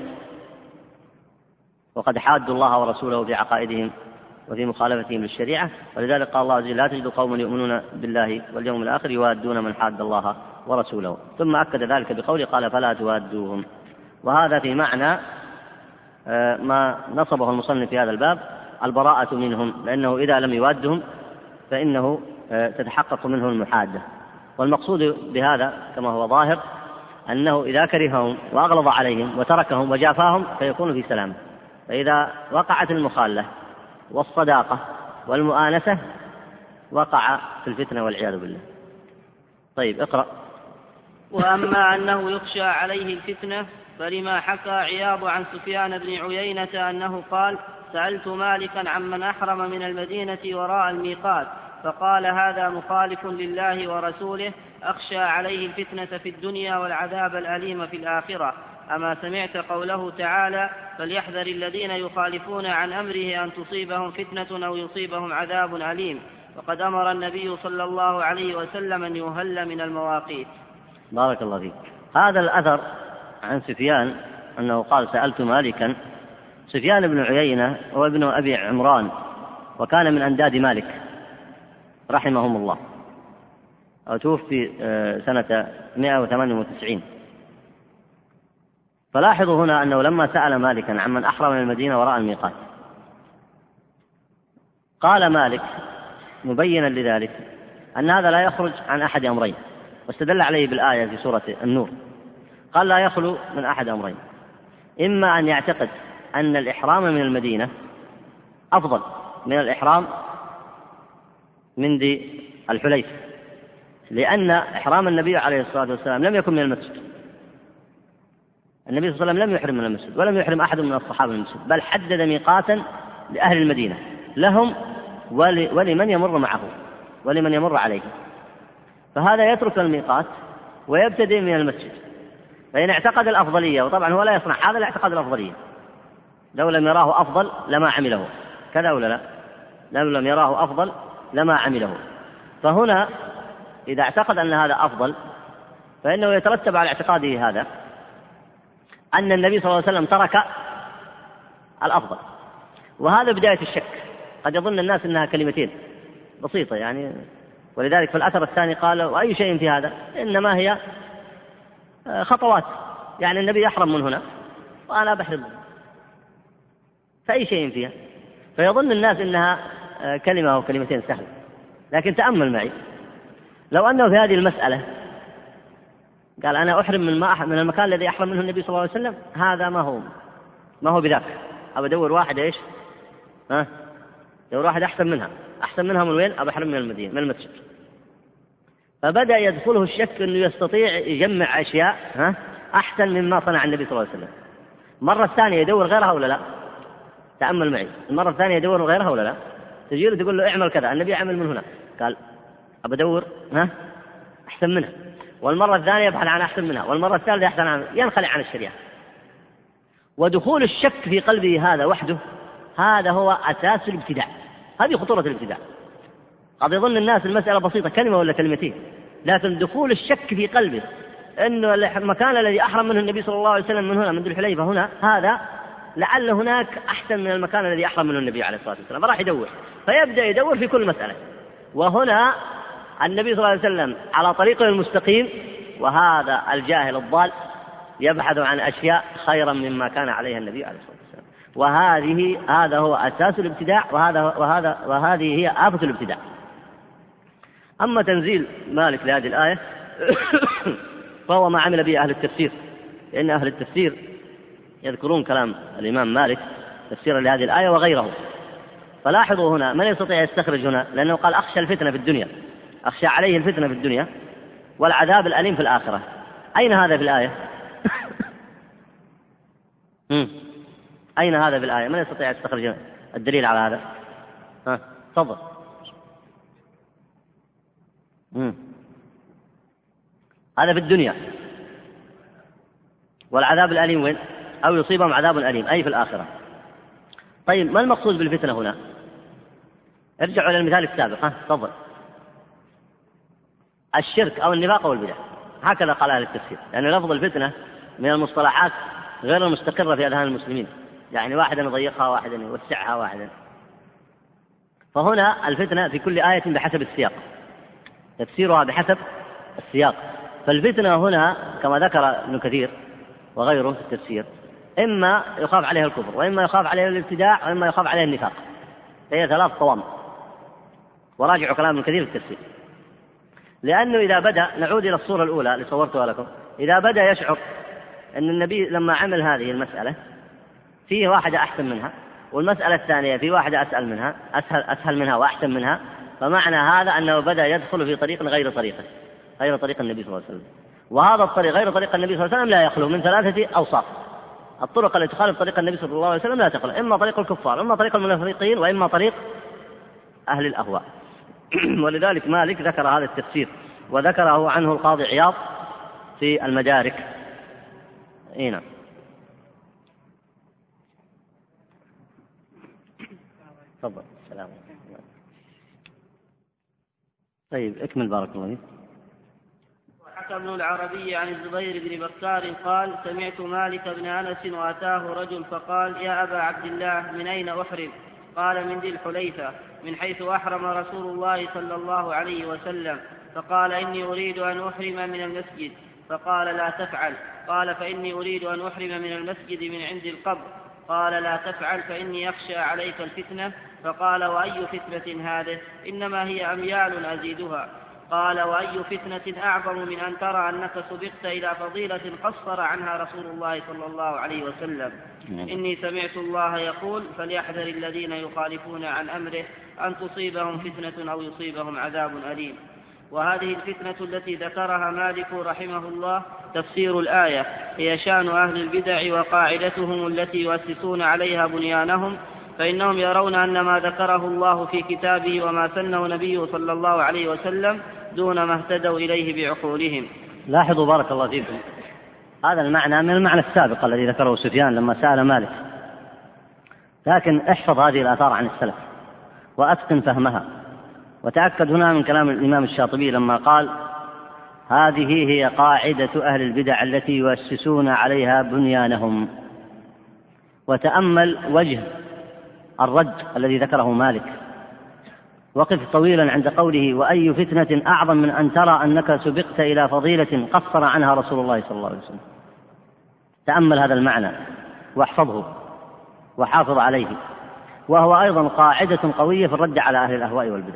وقد حادوا الله ورسوله في عقائدهم وفي مخالفتهم للشريعة؟ ولذلك قال الله عز وجل: لا تجد قوما يؤمنون بالله واليوم الآخر يوادون من حاد الله ورسوله. ثم أكد ذلك بقوله: قال فلا توادوهم. وهذا في معنى ما نصبه المصنف في هذا الباب، البراءة منهم، لأنه إذا لم يوادهم فإنه تتحقق منه المحادة. والمقصود بهذا كما هو ظاهر أنه إذا كرههم وأغلظ عليهم وتركهم وجافاهم فيكون في سلام. فإذا وقعت المخالة والصداقة والمؤانسة وقع في الفتنة والعياذ بالله. طيب اقرأ. وأما أنه يخشى عليه الفتنة فلما حكى عياض عن سفيان بن عيينة أنه قال: سألت مالكا عمن أحرم من المدينة وراء الميقات فقال: هذا مخالف لله ورسوله، أخشى عليه الفتنة في الدنيا والعذاب الأليم في الآخرة. أما سمعت قوله تعالى: فليحذر الذين يخالفون عن أمره أن تصيبهم فتنة أو يصيبهم عذاب أليم. وقد أمر النبي صلى الله عليه وسلم أن يهل من المواقيت. بارك الله فيك. هذا الأثر عن سفيان أنه قال: سألت مالكا. سفيان بن عيينة هو ابن أبي عمران، وكان من أنداد مالك رحمهم الله، توفي سنة مئة وثمانية وتسعين. فلاحظوا هنا أنه لما سأل مالكا عمن أحرم من المدينة وراء الميقات، قال مالك مبينا لذلك أن هذا لا يخرج عن أحد أمرين، واستدل عليه بالآية في سورة النور، قال: لا يخلو من أحد أمرين، إما أن يعتقد أن الإحرام من المدينة أفضل من الإحرام من ذي الحليفة، لأن إحرام النبي عليه الصلاة والسلام لم يكن من المسجد. النبي صلى الله عليه وسلم لم يحرم من المسجد، ولم يحرم أحد من الصحابة من المسجد، بل حدد ميقاتا لأهل المدينة لهم ولمن يمر معه ولمن يمر عليه. فهذا يترك الميقات ويبتدئ من المسجد. فإن اعتقد الأفضلية، وطبعا هو لا يصنع هذا الاعتقاد الأفضلية، لو لم يراه أفضل لما عمله، كذا ولا لا؟ لو لم يراه أفضل لما عمله. فهنا إذا اعتقد أن هذا أفضل فإنه يترتب على اعتقاده هذا أن النبي صلى الله عليه وسلم ترك الأفضل، وهذا بداية الشك. قد يظن الناس أنها كلمتين بسيطة يعني، ولذلك في الأثر الثاني قال: وأي شيء في هذا؟ إنما هي خطوات، يعني النبي يحرم من هنا وأنا بحرم منه، فأي شيء فيها. فيظن الناس أنها كلمة أو كلمتين سهلة، لكن تأمل معي، لو أنه في هذه المسألة قال: أنا أحرم من, من المكان الذي أحرم منه النبي صلى الله عليه وسلم، هذا ما هو ما هو بذاك، أبى أدور واحد إيش ها دور واحد أحسن منها أحسن منها من وين؟ أبى أحرم من المدينة من المسجد. فبدأ يدخله الشك أنه يستطيع يجمع أشياء ها أحسن مما صنع النبي صلى الله عليه وسلم. المرة الثانية يدور غيرها ولا لا؟ تأمل معي، المرة الثانية يدور غيرها ولا لا؟ تجي له تقول له اعمل كذا، النبي عمل من هنا، قال أبى أدور ها أحسن منها، والمرة الثانية يبحث عن أحسن منها، والمرة الثالثة يبحث عن ينخلع عن الشريعة. ودخول الشك في قلبه هذا وحده هذا هو أساس الابتداع، هذه خطورة الابتداع. قد يظن الناس المسألة بسيطة، كلمة ولا كلمتين، لكن دخول الشك في قلبه أنه المكان الذي أحرم منه النبي صلى الله عليه وسلم من هنا من ذي الحليفة هنا هذا لعل هناك أحسن من المكان الذي أحرم منه النبي عليه الصلاة والسلام، راح يدور، فيبدأ يدور في كل مسألة. وهنا النبي صلى الله عليه وسلم على طريقه المستقيم، وهذا الجاهل الضال يبحث عن أشياء خيرا مما كان عليها النبي عليه الصلاة والسلام. وهذه هذا هو أساس الابتداع، وهذا وهذا وهذه هي آفة الابتداع. أما تنزيل مالك لهذه الآية فهو ما عمل به أهل التفسير، لأن أهل التفسير يذكرون كلام الإمام مالك تفسيرا لهذه الآية وغيره. فلاحظوا هنا من يستطيع يستخرج هنا، لأنه قال أخشى الفتنة في الدنيا، أخشى عليه الفتنة في الدنيا والعذاب الأليم في الآخرة. أين هذا في الآية؟ أين هذا في الآية؟ من يستطيع يستخرج الدليل على هذا؟ ها تفضل. هذا في الدنيا، والعذاب الأليم وين؟ أو يصيبهم عذاب أليم أي في الآخرة. طيب ما المقصود بالفتنة هنا؟ ارجعوا إلى المثال السابق. ها تفضل. الشرك أو النفاق أو البدع، هكذا قال أهل التفسير، يعني لفظ الفتنة من المصطلحات غير المستقرة في أذهان المسلمين، يعني واحدا يضيقها واحدا يوسعها واحدا. فهنا الفتنة في كل آية بحسب السياق، تفسيرها بحسب السياق. فالفتنة هنا كما ذكر ابن كثير وغيره في التفسير إما يخاف عليها الكفر، وإما يخاف عليها الابتداع، وإما يخاف عليها النفاق، هي ثلاث قوام. وراجعوا كلام ابن كثير في التفسير، لأنه إذا بدأ، نعود إلى الصورة الأولى اللي صورتها لكم، إذا بدأ يشعر أن النبي لما عمل هذه المسألة فيه واحدة أحسن منها، والمسألة الثانية في واحدة أسهل منها أسهل, أسهل منها وأحسن منها، فمعنى هذا أنه بدأ يدخل في طريق غير طريقه غير طريق النبي صلى الله عليه وسلم. وهذا الطريق غير طريق النبي صلى الله عليه وسلم لا يخلو من ثلاثة أوصاف. الطرق التي تخالف طريق النبي صلى الله عليه وسلم لا تخلو، إما طريق الكفار، إما طريق المنافقين، وإما طريق أهل الأهواء. ولذلك مالك ذكر هذا التفسير، وذكره عنه القاضي عياض في المدارك. هنا تفضل. السلام. طيب اكمل بارك الله فيك. وحكى ابن العربي عن الزبير بن بكار قال: سمعت مالك بن أنس وأتاه رجل فقال: يا أبا عبد الله من أين أحرم؟ قال: من ذي الحليفة، من حيث أحرم رسول الله صلى الله عليه وسلم. فقال: إني أريد أن أحرم من المسجد. فقال: لا تفعل. قال: فإني أريد أن أحرم من المسجد من عند القبر. قال: لا تفعل فإني أخشى عليك الفتنة. فقال: وأي فتنة هذه؟ إنما هي أميال أزيدها. قال: وأي فتنة أعظم من أن ترى أنك سبقت إلى فضيلة قصر عنها رسول الله صلى الله عليه وسلم؟ إني سمعت الله يقول: فليحذر الذين يخالفون عن أمره أن تصيبهم فتنة أو يصيبهم عذاب أليم. وهذه الفتنة التي ذكرها مالك رحمه الله تفسير الآية هي شأن أهل البدع وقاعدتهم التي يؤسسون عليها بنيانهم، فإنهم يرون أن ما ذكره الله في كتابه وما سنه نبيه صلى الله عليه وسلم دون ما اهتدوا إليه بعقولهم. لاحظوا بارك الله فيكم هذا المعنى من المعنى السابق الذي ذكره سفيان لما سأل مالك، لكن احفظ هذه الآثار عن السلف وأتقن فهمها، وتأكد هنا من كلام الإمام الشاطبي لما قال: هذه هي قاعدة أهل البدع التي يؤسسون عليها بنيانهم. وتأمل وجه الرد الذي ذكره مالك، وقف طويلا عند قوله: وأي فتنة أعظم من أن ترى أنك سبقت إلى فضيلة قصر عنها رسول الله صلى الله عليه وسلم. تأمل هذا المعنى واحفظه وحافظ عليه، وهو أيضا قاعدة قوية في الرد على أهل الأهواء والبدع.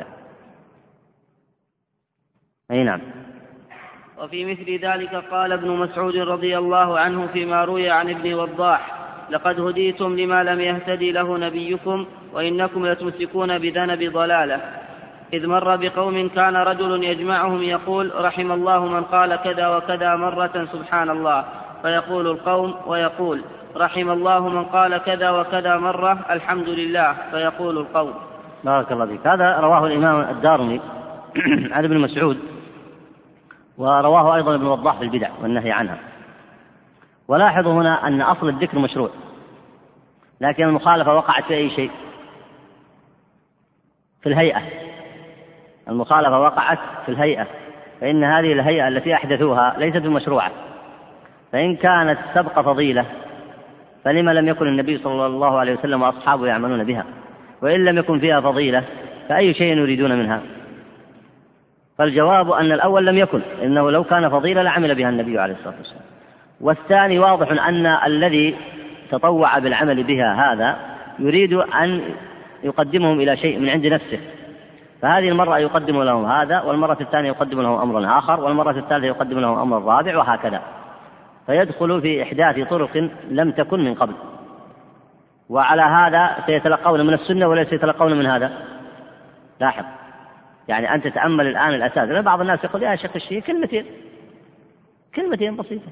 أي نعم. وفي مثل ذلك قال ابن مسعود رضي الله عنه فيما روي عن ابن وضاح: لقد هديتم لما لم يهتدي له نبيكم وإنكم لتمسكون بذنب ضلالة. إذ مر بقوم كان رجل يجمعهم يقول: رحم الله من قال كذا وكذا مرة سبحان الله، فيقول القوم ويقول: رحم الله من قال كذا وكذا مرة الحمد لله، فيقول القوم. بارك الله فيك. هذا رواه الإمام الدارمي عن ابن مسعود، ورواه أيضا ابن وضاح في البدع والنهي عنها. ولاحظوا هنا أن أصل الذكر مشروع، لكن المخالفة وقعت في أي شيء؟ في الهيئة. المخالفة وقعت في الهيئة، فإن هذه الهيئة التي أحدثوها ليست بمشروعة، فإن كانت سبق فضيلة فلما لم يكن النبي صلى الله عليه وسلم وأصحابه يعملون بها؟ وإن لم يكن فيها فضيلة فأي شيء يريدون منها؟ فالجواب أن الأول لم يكن، إنه لو كان فضيلة لعمل بها النبي عليه الصلاة والسلام. والثاني واضح أن الذي تطوع بالعمل بها هذا يريد أن يقدمهم إلى شيء من عند نفسه، فهذه المرة يقدم لهم هذا، والمرة الثانية يقدم لهم أمرا آخر، والمرة الثالثة يقدم لهم أمرا رابع، وهكذا، فيدخل في إحداث طرق لم تكن من قبل. وعلى هذا سيتلقون من السنة ولا سيتلقون من هذا؟ لاحظ، يعني أنت تتأمل الآن الأساس. بعض الناس يقول يا شيخ الشيء كلمتين كلمتين بسيطة،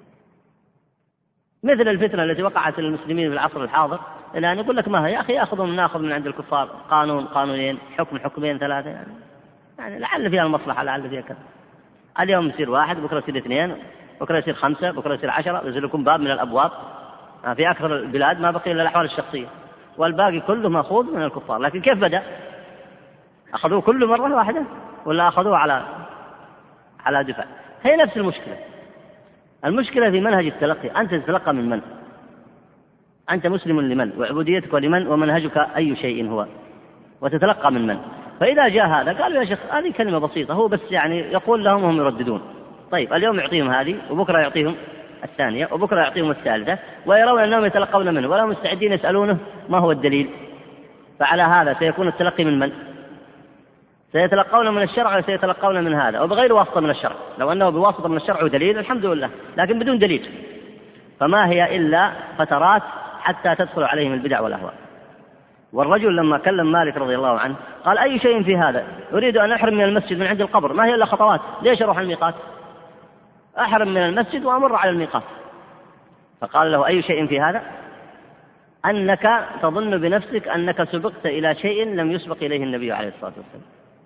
مثل الفتنة التي وقعت للمسلمين في العصر الحاضر، الآن يقول لك ما هي يا أخي يأخذوا من ناخذ من عند الكفار قانون قانونين حكم حكمين ثلاثة، يعني, يعني لعل فيها المصلحة لعل فيها كذا. اليوم يصير واحد، بكرة يصير اثنين، بكرة يصير خمسة، بكرة يصير عشرة، يصير لكم باب من الأبواب. في أكثر البلاد ما بقي إلا الأحوال الشخصية، والباقي كله مأخوذ من الكفار. لكن كيف بدأ؟ أخذوه كل مرة واحدة ولا أخذوه على على دفع؟ هي نفس المشكلة. المشكلة في منهج التلقي. أنت تتلقى من من؟ أنت مسلم لمن؟ وعبوديتك لمن؟ ومنهجك أي شيء هو؟ وتتلقى من من؟ فإذا جاء هذا قالوا يا شيخ هذه كلمة بسيطة، هو بس يعني يقول لهم وهم يرددون. طيب اليوم يعطيهم هذه، وبكرة يعطيهم الثانية، وبكرة يعطيهم الثالثة، ويرون أنهم يتلقون منه ولا مستعدين يسألونه ما هو الدليل. فعلى هذا سيكون التلقي من من؟ سيتلقون من الشرع وسيتلقون من هذا، وبغير واسطة من الشرع. لو أنه بواسطة من الشرع ودليل الحمد لله، لكن بدون دليل، فما هي إلا فترات حتى تدخل عليهم البدع والأهواء. والرجل لما كلم مالك رضي الله عنه قال أي شيء في هذا؟ أريد أن أحرم من المسجد من عند القبر، ما هي إلا خطوات، ليش أروح الميقات؟ أحرم من المسجد وأمر على الميقات. فقال له أي شيء في هذا؟ أنك تظن بنفسك أنك سبقت إلى شيء لم يسبق إليه النبي عليه الصلاة والسلام.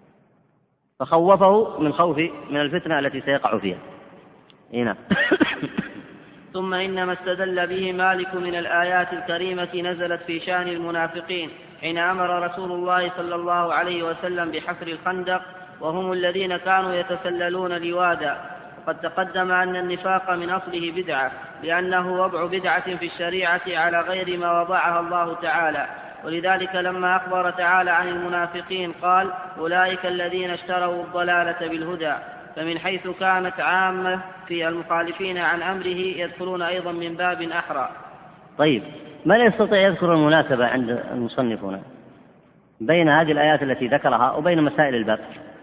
فخوفه من خوف من الفتنة التي سيقع فيها. هنا ثم إنما استدل به مالك من الآيات الكريمة نزلت في شأن المنافقين حين أمر رسول الله صلى الله عليه وسلم بحفر الخندق، وهم الذين كانوا يتسللون لوادا. وقد تقدم أن النفاق من أصله بدعة، لأنه وضع بدعة في الشريعة على غير ما وضعها الله تعالى. ولذلك لما أخبر تعالى عن المنافقين قال أولئك الذين اشتروا الضلالة بالهدى. فمن حيث كانت عامة في المخالفين عن أمره يدخلون أيضا من باب أحرى. طيب من يستطيع يذكر المناسبة عند المصنفون بين هذه الآيات التي ذكرها وبين مسائل الباب؟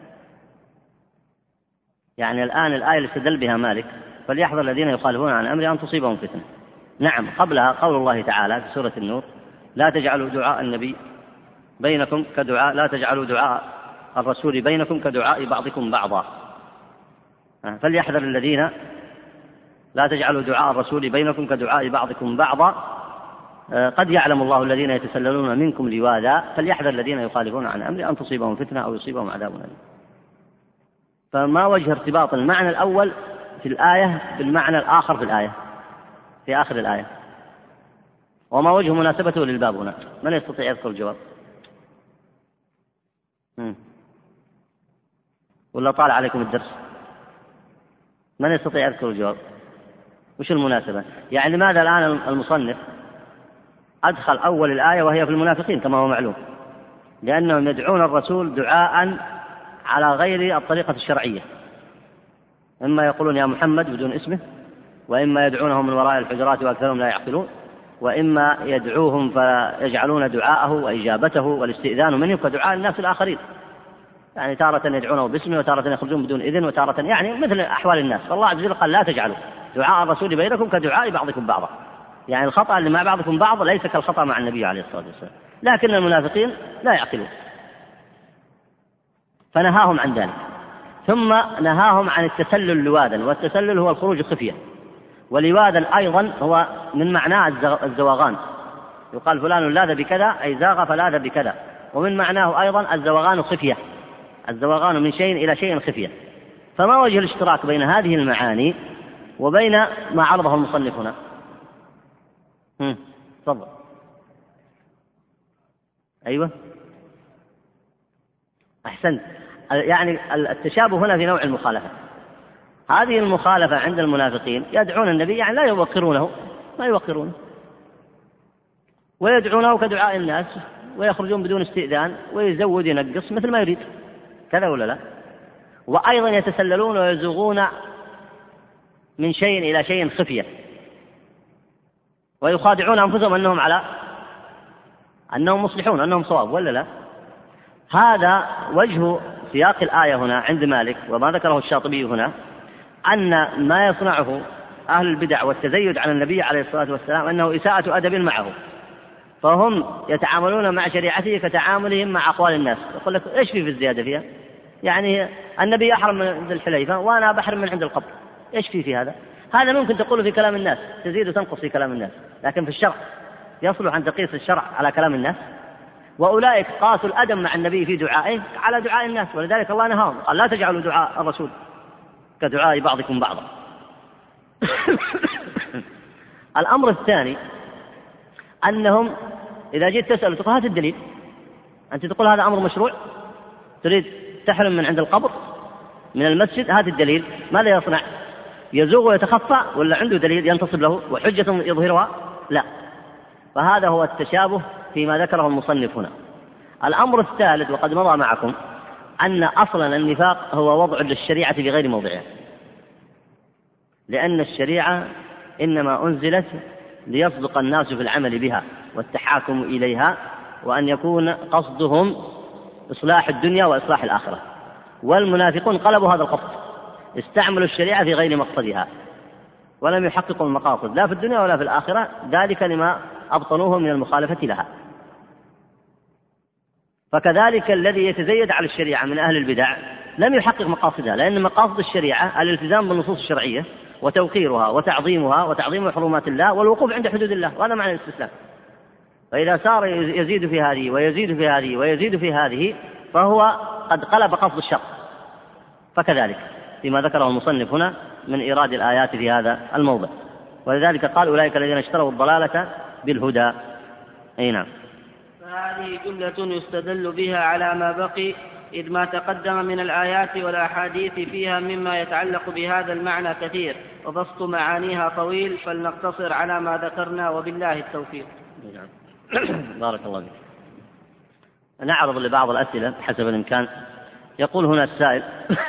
يعني الآن الآية اللي استدل بها مالك فليحذر الذين يخالفون عن أمره أن تصيبهم فتنة. نعم، قبلها قول الله تعالى في سورة النور لا تجعلوا دعاء النبي بينكم كدعاء لا تجعلوا دعاء الرسول بينكم كدعاء بعضكم بعضا. فليحذر الذين لا تجعلوا دعاء الرسول بينكم كدعاء بعضكم بعضا قد يعلم الله الذين يتسللون منكم لواذا فليحذر الذين يخالفون عن أمره أن تصيبهم فتنة أو يصيبهم عذاب أليم. فما وجه ارتباط المعنى الأول في الآية بالمعنى الآخر في الآية في آخر الآية؟ وما وجه مناسبته للباب هنا؟ من يستطيع يذكر الجواب؟ ولا طال عليكم الدرس؟ من يستطيع يذكر الجواب؟ وش المناسبة؟ يعني لماذا الآن المصنف أدخل أول الآية وهي في المنافقين كما هو معلوم؟ لأنهم يدعون الرسول دعاء على غير الطريقة الشرعية، إما يقولون يا محمد بدون اسمه، وإما يدعونه من وراء الحجرات وأكثرهم لا يعقلون، وإما يدعوهم فيجعلون دعاءه وإجابته والاستئذان منه كدعاء الناس الآخرين، يعني تارة يدعونه باسمه وتارة يخرجون بدون إذن وتارة يعني مثل أحوال الناس. فالله عز وجل قال لا تجعلوا دعاء الرسول بينكم كدعاء بعضكم بعضا، يعني الخطأ اللي مع بعضكم بعض ليس كالخطأ مع النبي عليه الصلاة والسلام. لكن المنافقين لا يعقلون فنهاهم عن ذلك، ثم نهاهم عن التسلل لواذا، والتسلل هو الخروج خفية، ولواذا أيضا هو من معناه الزواغان، يقال فلان لاذ بكذا أي زاغ فلاذ بكذا، ومن معناه أيضا الزواغان خفية، الزواغان من شيء إلى شيء خفية. فما وجه الاشتراك بين هذه المعاني وبين ما عرضه المصنف هنا؟ تفضل. أيوة أحسنت. يعني التشابه هنا في نوع المخالفة. هذه المخالفة عند المنافقين يدعون النبي يعني لا يوقرونه، ما يوقرونه، ويدعونه كدعاء الناس، ويخرجون بدون استئذان، ويزود ينقص مثل ما يريد، كذا ولا لا؟ وأيضا يتسللون ويزوغون من شيء إلى شيء خفية، ويخادعون أنفسهم أنهم على أنهم مصلحون، أنهم صواب، ولا لا؟ هذا وجه سياق الآية هنا عند مالك، وما ذكره الشاطبي هنا، أن ما يصنعه أهل البدع والتزيد على النبي عليه الصلاة والسلام أنه إساءة أدب معه، فهم يتعاملون مع شريعته كتعاملهم مع أقوال الناس. يقول لك إيش في في الزيادة فيها؟ يعني النبي أحرم من عند الحليفة وأنا بحرم من عند القبر، إيش في في هذا؟ هذا ممكن تقوله في كلام الناس، تزيد وتنقص في كلام الناس، لكن في الشرع يصلح أن تقيس الشرع على كلام الناس؟ وأولئك قاسوا الأدب مع النبي في دعائه على دعاء الناس، ولذلك الله نهاهم، قال لا تجعلوا دعاء الرسول كدعاء بعضكم بعضا. الأمر الثاني أنهم إذا جيت تسأل تقول هات الدليل، أنت تقول هذا أمر مشروع، تريد تحرم من عند القبر من المسجد، هات الدليل. ماذا يصنع؟ يزوغ ويتخفى ولا عنده دليل ينتصب له وحجة يظهرها؟ لا. فهذا هو التشابه فيما ذكره المصنف هنا. الأمر الثالث وقد مضى معكم أن أصلا النفاق هو وضع للشريعة في غير موضعها، لأن الشريعة إنما أنزلت ليصدق الناس في العمل بها والتحاكم إليها، وأن يكون قصدهم إصلاح الدنيا وإصلاح الآخرة. والمنافقون قلبوا هذا القصد، استعملوا الشريعة في غير مقصدها ولم يحققوا المقاصد لا في الدنيا ولا في الآخرة، ذلك لما أبطنوه من المخالفة لها. فكذلك الذي يتزيد على الشريعة من أهل البدع لم يحقق مقاصدها، لأن مقاصد الشريعة الالتزام بالنصوص الشرعية وتوقيرها وتعظيمها وتعظيم حرمات الله والوقوف عند حدود الله، وهذا معنى الاستسلام. فإذا صار يزيد في هذه ويزيد في هذه ويزيد في هذه فهو قد قلب قصد الشر. فكذلك فيما ذكره المصنف هنا من إيراد الآيات في هذا الموضع، ولذلك قال أولئك الذين اشتروا الضلالة بالهدى. أي نعم. فهذه جملة يستدل بها على ما بقي، إذ ما تقدم من الآيات والأحاديث فيها مما يتعلق بهذا المعنى كثير، وبسط معانيها طويل، فلنقتصر على ما ذكرنا وبالله التوفيق. بارك الله فيك. نعرض لبعض الأسئلة حسب الإمكان. يقول هنا السائل: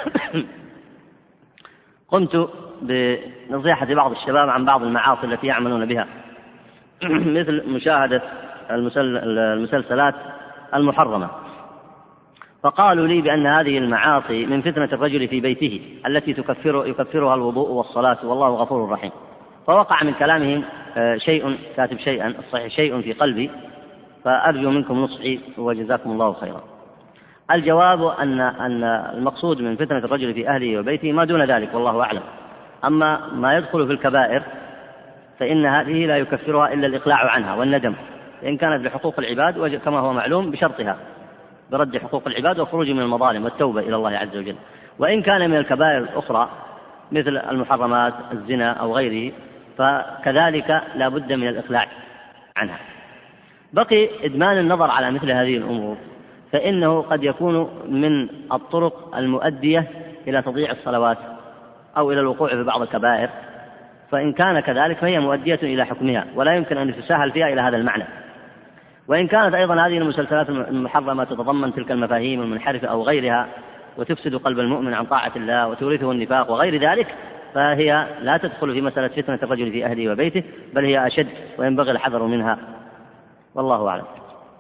قمت بنصيحة بعض الشباب عن بعض المعاصي التي يعملون بها مثل مشاهدة المسلسلات المحرمة، فقالوا لي بأن هذه المعاصي من فتنة الرجل في بيته التي تكفر يكفرها الوضوء والصلاة والله غفور رحيم. فوقع من كلامهم شيء، كاتب شيئا الصحيح شيء في قلبي، فأرجو منكم نصحي وجزاكم الله خيرا. الجواب أن أن المقصود من فتنة الرجل في أهله وبيته ما دون ذلك والله أعلم. أما ما يدخل في الكبائر فإن هذه لا يكفرها إلا الإقلاع عنها والندم، إن كانت بحقوق العباد كما هو معلوم بشرطها برد حقوق العباد وخروج من المظالم والتوبة إلى الله عز وجل. وإن كان من الكبائر الأخرى مثل المحرمات الزنا أو غيره فكذلك لا بد من الإقلاع عنها. بقي إدمان النظر على مثل هذه الأمور، فإنه قد يكون من الطرق المؤدية إلى تضييع الصلوات أو إلى الوقوع في بعض الكبائر، فإن كان كذلك فهي مؤدية إلى حكمها ولا يمكن أن يتساهل فيها إلى هذا المعنى. وإن كانت أيضا هذه المسلسلات المحرمة تتضمن تلك المفاهيم المنحرفة أو غيرها وتفسد قلب المؤمن عن طاعة الله وتورثه النفاق وغير ذلك، فهي لا تدخل في مسألة فتنة الرجل في أهله وبيته، بل هي أشد وينبغي الحذر منها والله أعلم.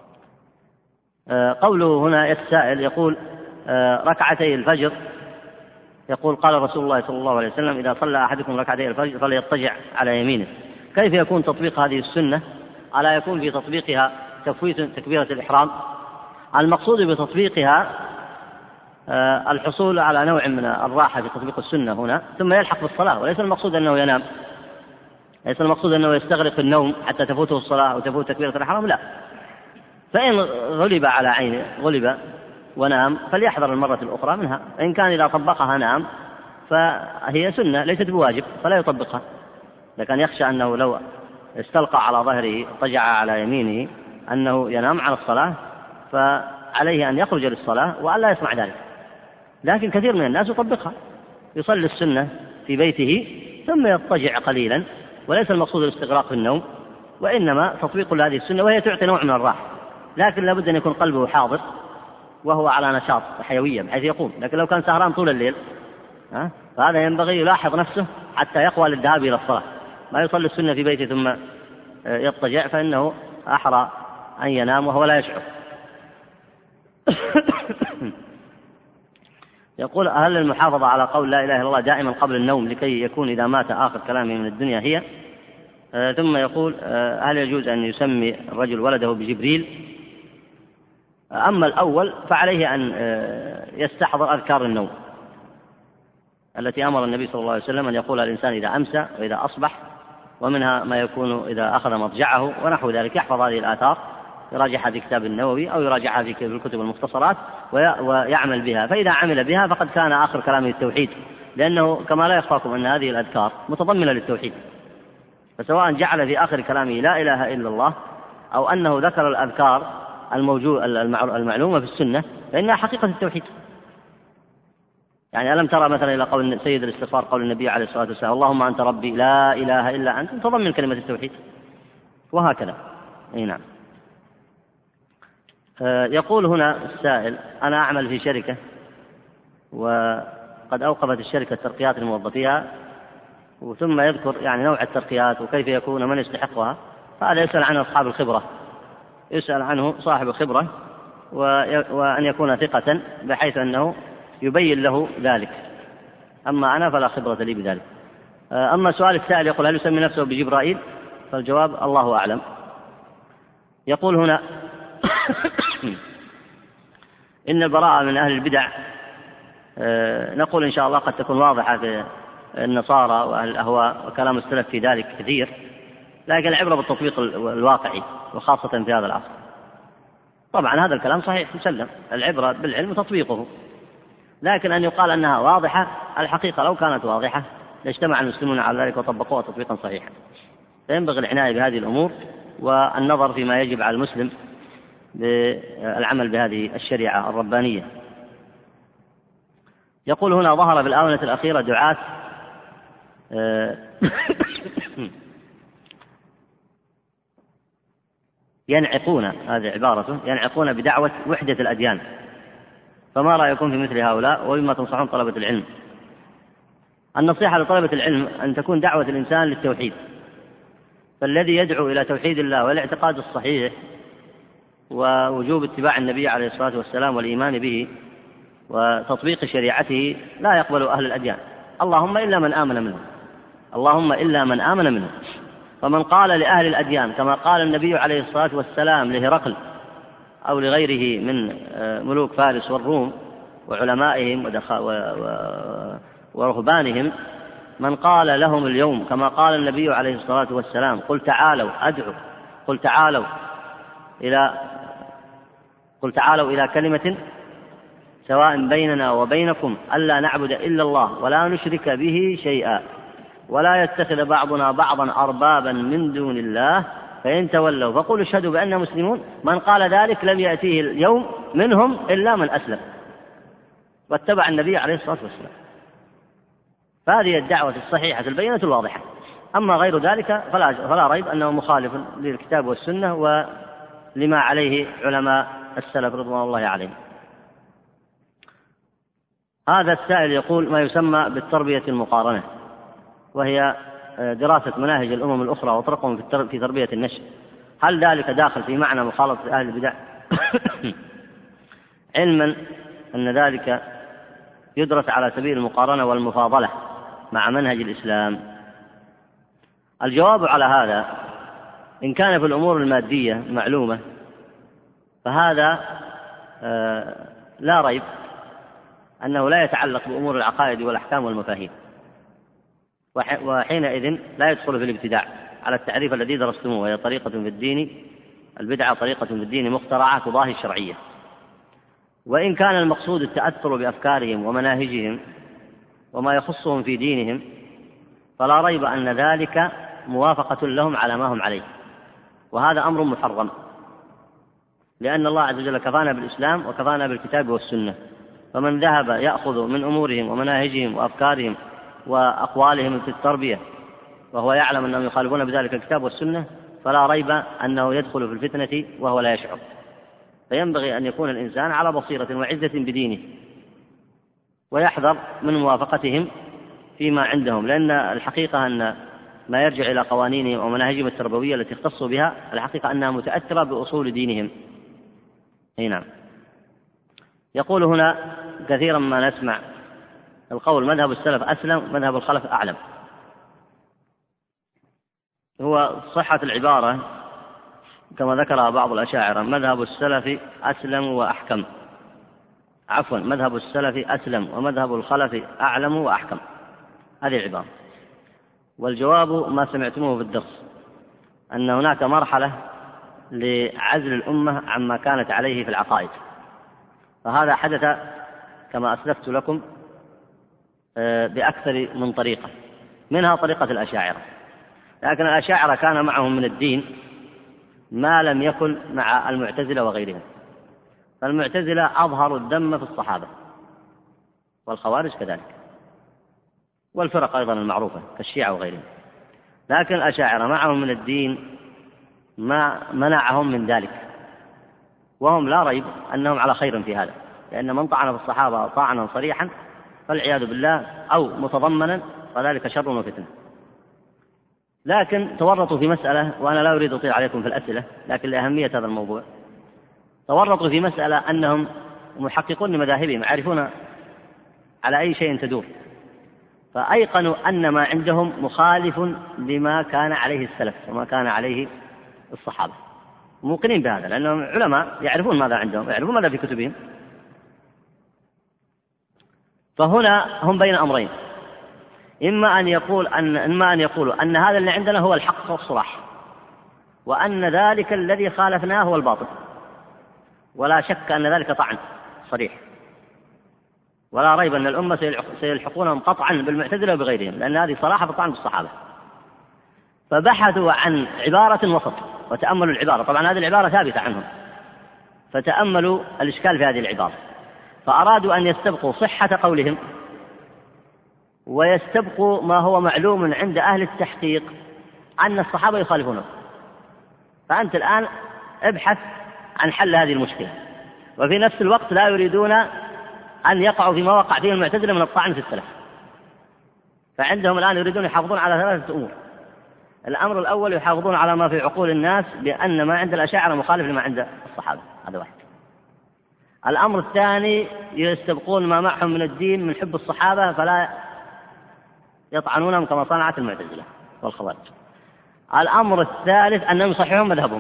قوله هنا السائل يقول ركعتي الفجر، يقول قال رسول الله صلى الله عليه وسلم: إذا صلى أحدكم ركعتي الفجر فليضطجع على يمينه. كيف يكون تطبيق هذه السنة؟ ألا يكون في تطبيقها تفويت تكبيرة الإحرام؟ المقصود بتطبيقها الحصول على نوع من الراحة في تطبيق السنة هنا، ثم يلحق بالصلاة، وليس المقصود أنه ينام، ليس المقصود أنه يستغرق النوم حتى تفوته الصلاة وتفوت تكبيرة الإحرام، لا. فإن غلب على عينه غلب ونام فليحذر المرة الأخرى منها. إن كان إذا طبقها نام فهي سنة ليست بواجب فلا يطبقها، لكن يخشى أنه لو استلقى على ظهره اضطجع على يمينه أنه ينام عن الصلاة، فعليه أن يخرج للصلاة وأن لا يصنع ذلك، لكن كثير من الناس يطبقها، يصلي السنة في بيته ثم يضطجع قليلا، وليس المقصود الاستغراق في النوم، وإنما تطبيق لهذه السنة، وهي تعطي نوع من الراحة، لكن لابد أن يكون قلبه حاضر وهو على نشاط وحيوية بحيث يقوم. لكن لو كان سهران طول الليل فهذا ينبغي يلاحظ نفسه حتى يقوى للذهاب إلى الصلاة، ما يصلي السنة في بيته ثم يضطجع، فإنه أحرى أن ينام وهو لا يشعر. يقول: هل المحافظة على قول لا إله إلا الله دائما قبل النوم لكي يكون إذا مات آخر كلامه من الدنيا هي؟ آه ثم يقول: آه هل يجوز أن يسمي الرجل ولده بجبريل؟ أما الأول فعليه أن آه يستحضر أذكار النوم التي أمر النبي صلى الله عليه وسلم أن يقولها الإنسان إذا أمسى وإذا أصبح، ومنها ما يكون إذا أخذ مضجعه ونحو ذلك. يحفظ هذه الآثار، يراجعها في كتاب النووي أو يراجعها في الكتب المختصرات ويعمل بها، فإذا عمل بها فقد كان آخر كلامه التوحيد، لأنه كما لا يخفاكم أن هذه الأذكار متضمنة للتوحيد، فسواء جعل في آخر كلامه لا إله إلا الله أو أنه ذكر الأذكار المعلومة في السنة فإنها حقيقة التوحيد. يعني ألم ترى مثلا إلى قول سيد الاستغفار قول النبي عليه الصلاة والسلام: اللهم أنت ربي لا إله إلا أنت، تضمن كلمة التوحيد، وهكذا. أي نعم. يقول هنا السائل: أنا أعمل في شركة وقد أوقفت الشركة ترقيات لموظفيها، ثم يذكر يعني نوع الترقيات وكيف يكون من يستحقها، فهذا يسأل عنه أصحاب الخبرة، يسأل عنه صاحب الخبرة وأن يكون ثقة بحيث أنه يبين له ذلك، أما أنا فلا خبرة لي بذلك. أما سؤال السائل يقول: هل يسمي نفسه بجبرائيل؟ فالجواب: الله أعلم. يقول هنا: إن البراءة من أهل البدع نقول إن شاء الله قد تكون واضحة في النصارى وأهل الأهواء، وكلام السلف في ذلك كثير، لكن العبرة بالتطبيق الواقعي وخاصة في هذا العصر. طبعا هذا الكلام صحيح مسلم، العبرة بالعلم وتطبيقه، لكن أن يقال أنها واضحة، الحقيقة لو كانت واضحة لاجتمع المسلمون على ذلك وطبقوها تطبيقا صحيحا. فينبغي العناية بهذه الأمور والنظر فيما يجب على المسلم بالعمل بهذه الشريعة الربانية. يقول هنا: ظهر في الآونة الأخيرة دعاة ينعقون، هذه عبارته، ينعقون بدعوة وحدة الأديان، فما رأيكم في مثل هؤلاء وبما تنصحون طلبة العلم؟ النصيحة لطلبة العلم أن تكون دعوة الإنسان للتوحيد، فالذي يدعو إلى توحيد الله والاعتقاد الصحيح ووجوب اتباع النبي عليه الصلاة والسلام والإيمان به وتطبيق شريعته لا يقبل أهل الأديان، اللهم إلا من آمن منهم، اللهم إلا من آمن منهم. فمن قال لأهل الأديان كما قال النبي عليه الصلاة والسلام لهرقل أو لغيره من ملوك فارس والروم وعلمائهم ورهبانهم، من قال لهم اليوم كما قال النبي عليه الصلاة والسلام: قل تعالوا أدعو قل تعالوا إلى قل تعالوا إلى كلمة سواء بيننا وبينكم ألا نعبد إلا الله ولا نشرك به شيئا ولا يتخذ بعضنا بعضا أربابا من دون الله فإن تولوا فقولوا اشهدوا بأننا مسلمون. من قال ذلك لم يأتيه اليوم منهم إلا من أسلم واتبع النبي عليه الصلاة والسلام. فهذه الدعوة الصحيحة البينة الواضحة. أما غير ذلك فلا, فلا ريب أنه مخالف للكتاب والسنة ولما عليه علماء السلف رضوان الله عليهم. هذا السائل يقول: ما يسمى بالتربية المقارنة، وهي دراسة مناهج الأمم الأخرى وطرقهم في تربية النشء، هل ذلك داخل في معنى مخالطة أهل البدع؟ علما أن ذلك يدرس على سبيل المقارنة والمفاضلة مع منهج الإسلام. الجواب على هذا: إن كان في الأمور المادية معلومة فهذا آه لا ريب أنه لا يتعلق بأمور العقائد والأحكام والمفاهيم، وحينئذ لا يدخل في الابتداع على التعريف الذي درستموه، وهي طريقة في الدين البدعة طريقة في الدين مخترعة تضاهي الشرعية. وإن كان المقصود التأثر بأفكارهم ومناهجهم وما يخصهم في دينهم فلا ريب أن ذلك موافقة لهم على ما هم عليه، وهذا أمر محرم، لأن الله عز وجل كفانا بالإسلام وكفانا بالكتاب والسنة، فمن ذهب يأخذ من أمورهم ومناهجهم وأفكارهم وأقوالهم في التربية وهو يعلم أنهم يخالفون بذلك الكتاب والسنة فلا ريب أنه يدخل في الفتنة وهو لا يشعر. فينبغي أن يكون الإنسان على بصيرة وعزة بدينه ويحذر من موافقتهم فيما عندهم، لأن الحقيقة أن ما يرجع إلى قوانينهم ومناهجهم التربوية التي اختصوا بها الحقيقة أنها متأثرة بأصول دينهم. أي نعم. يقول هنا كثيرا ما نسمع القول مذهب السلف أسلم مذهب الخلف أعلم. هو صحة العبارة كما ذكرها بعض الأشاعرة مذهب السلف أسلم وأحكم، عفوا مذهب السلف أسلم ومذهب الخلف أعلم وأحكم، هذه العبارة. والجواب ما سمعتموه في الدرس، أن هناك مرحلة لعزل الأمة عما كانت عليه في العقائد، فهذا حدث كما أسلفت لكم بأكثر من طريقة، منها طريقة الأشاعرة. لكن الأشاعرة كان معهم من الدين ما لم يكن مع المعتزلة وغيرهم، فالمعتزلة أظهروا الذم في الصحابة والخوارج كذلك، والفرق أيضا المعروفة كالشيعة وغيرهم. لكن الأشاعرة معهم من الدين ما منعهم من ذلك، وهم لا ريب أنهم على خير في هذا، لأن من طعن في الصحابة طعنا صريحا فالعياذ بالله أو متضمنا فذلك شر وفتنة. لكن تورطوا في مسألة، وأنا لا أريد أطيل عليكم في الأسئلة لكن لأهمية هذا الموضوع، تورطوا في مسألة أنهم محققون لمذاهبهم عارفون على أي شيء تدور، فأيقنوا أن ما عندهم مخالف لما كان عليه السلف وما كان عليه الصحابة، موقنين بهذا لأنهم علماء يعرفون ماذا عندهم، يعرفون ماذا في كتبهم. فهنا هم بين أمرين، إما أن يقول أن إما أن يقولوا أن هذا اللي عندنا هو الحق والصلاح، وأن ذلك الذي خالفناه هو الباطل، ولا شك أن ذلك طعن صريح، ولا ريب أن الأمة سيلحقونهم قطعا بالمعتزلة وبغيرهم، لأن هذه صراحة في الطعن بالصحابة. فبحثوا عن عبارة وسط وتأملوا العبارة، طبعا هذه العبارة ثابتة عنهم، فتأملوا الإشكال في هذه العبارة، فأرادوا أن يستبقوا صحة قولهم ويستبقوا ما هو معلوم عند أهل التحقيق أن الصحابة يخالفونه. فأنت الآن ابحث عن حل هذه المشكلة، وفي نفس الوقت لا يريدون أن يقعوا فيما وقع فيه المعتزلة من الطعن في السلف. فعندهم الآن يريدون يحافظون على ثلاثة أمور. الأمر الأول يحافظون على ما في عقول الناس بأن ما عند الأشاعرة مخالف لما عند الصحابة، هذا واحد. الأمر الثاني يستبقون ما معهم من الدين من حب الصحابة فلا يطعنونهم كما صنعت المعتزلة والخوارج. الأمر الثالث أنهم يصححون مذهبهم،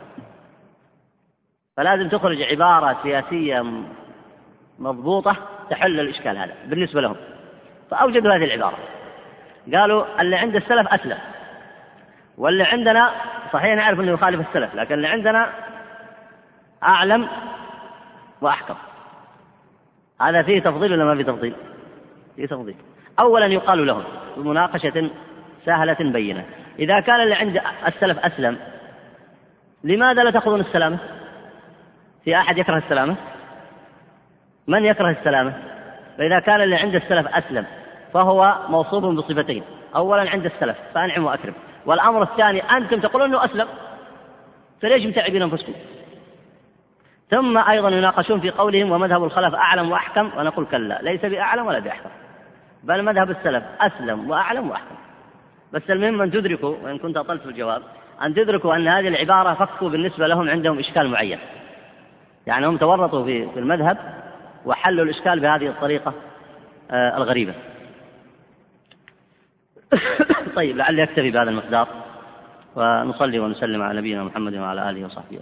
فلازم تخرج عبارة سياسية مضبوطة تحل الإشكال هذا بالنسبة لهم. فأوجدوا هذه العبارة، قالوا اللي عند السلف أسلم، واللي عندنا صحيح نعرف أنه يخالف السلف، لكن اللي عندنا أعلم وأحكم. هذا فيه تفضيل ولا ما فيه تفضيل؟ فيه تفضيل. أولا يقال لهم بمناقشة سهلة بينة، إذا كان اللي عند السلف أسلم لماذا لا تأخذون السلامة؟ في أحد يكره السلامة؟ من يكره السلامة؟ فإذا كان اللي عند السلف أسلم فهو موصوب بصفتين، أولا عند السلف فأنعم وأكرم، والأمر الثاني أنتم تقولون أنه أسلم، فليش متعبين أنفسكم؟ ثم أيضا يناقشون في قولهم ومذهب الخلف أعلم وأحكم، ونقول كلا، ليس بأعلم ولا بأحكم، بل مذهب السلف أسلم وأعلم وأحكم. بس المهم أن تدركوا، وإن كنت أطلت في الجواب، أن تدركوا أن هذه العبارة فكوا بالنسبة لهم عندهم إشكال معين، يعني هم تورطوا في المذهب وحلوا الإشكال بهذه الطريقة آه الغريبة. طيب، لعل يكتفي بهذا المقدار، ونصلي ونسلم على نبينا محمد وعلى آله وصحبه.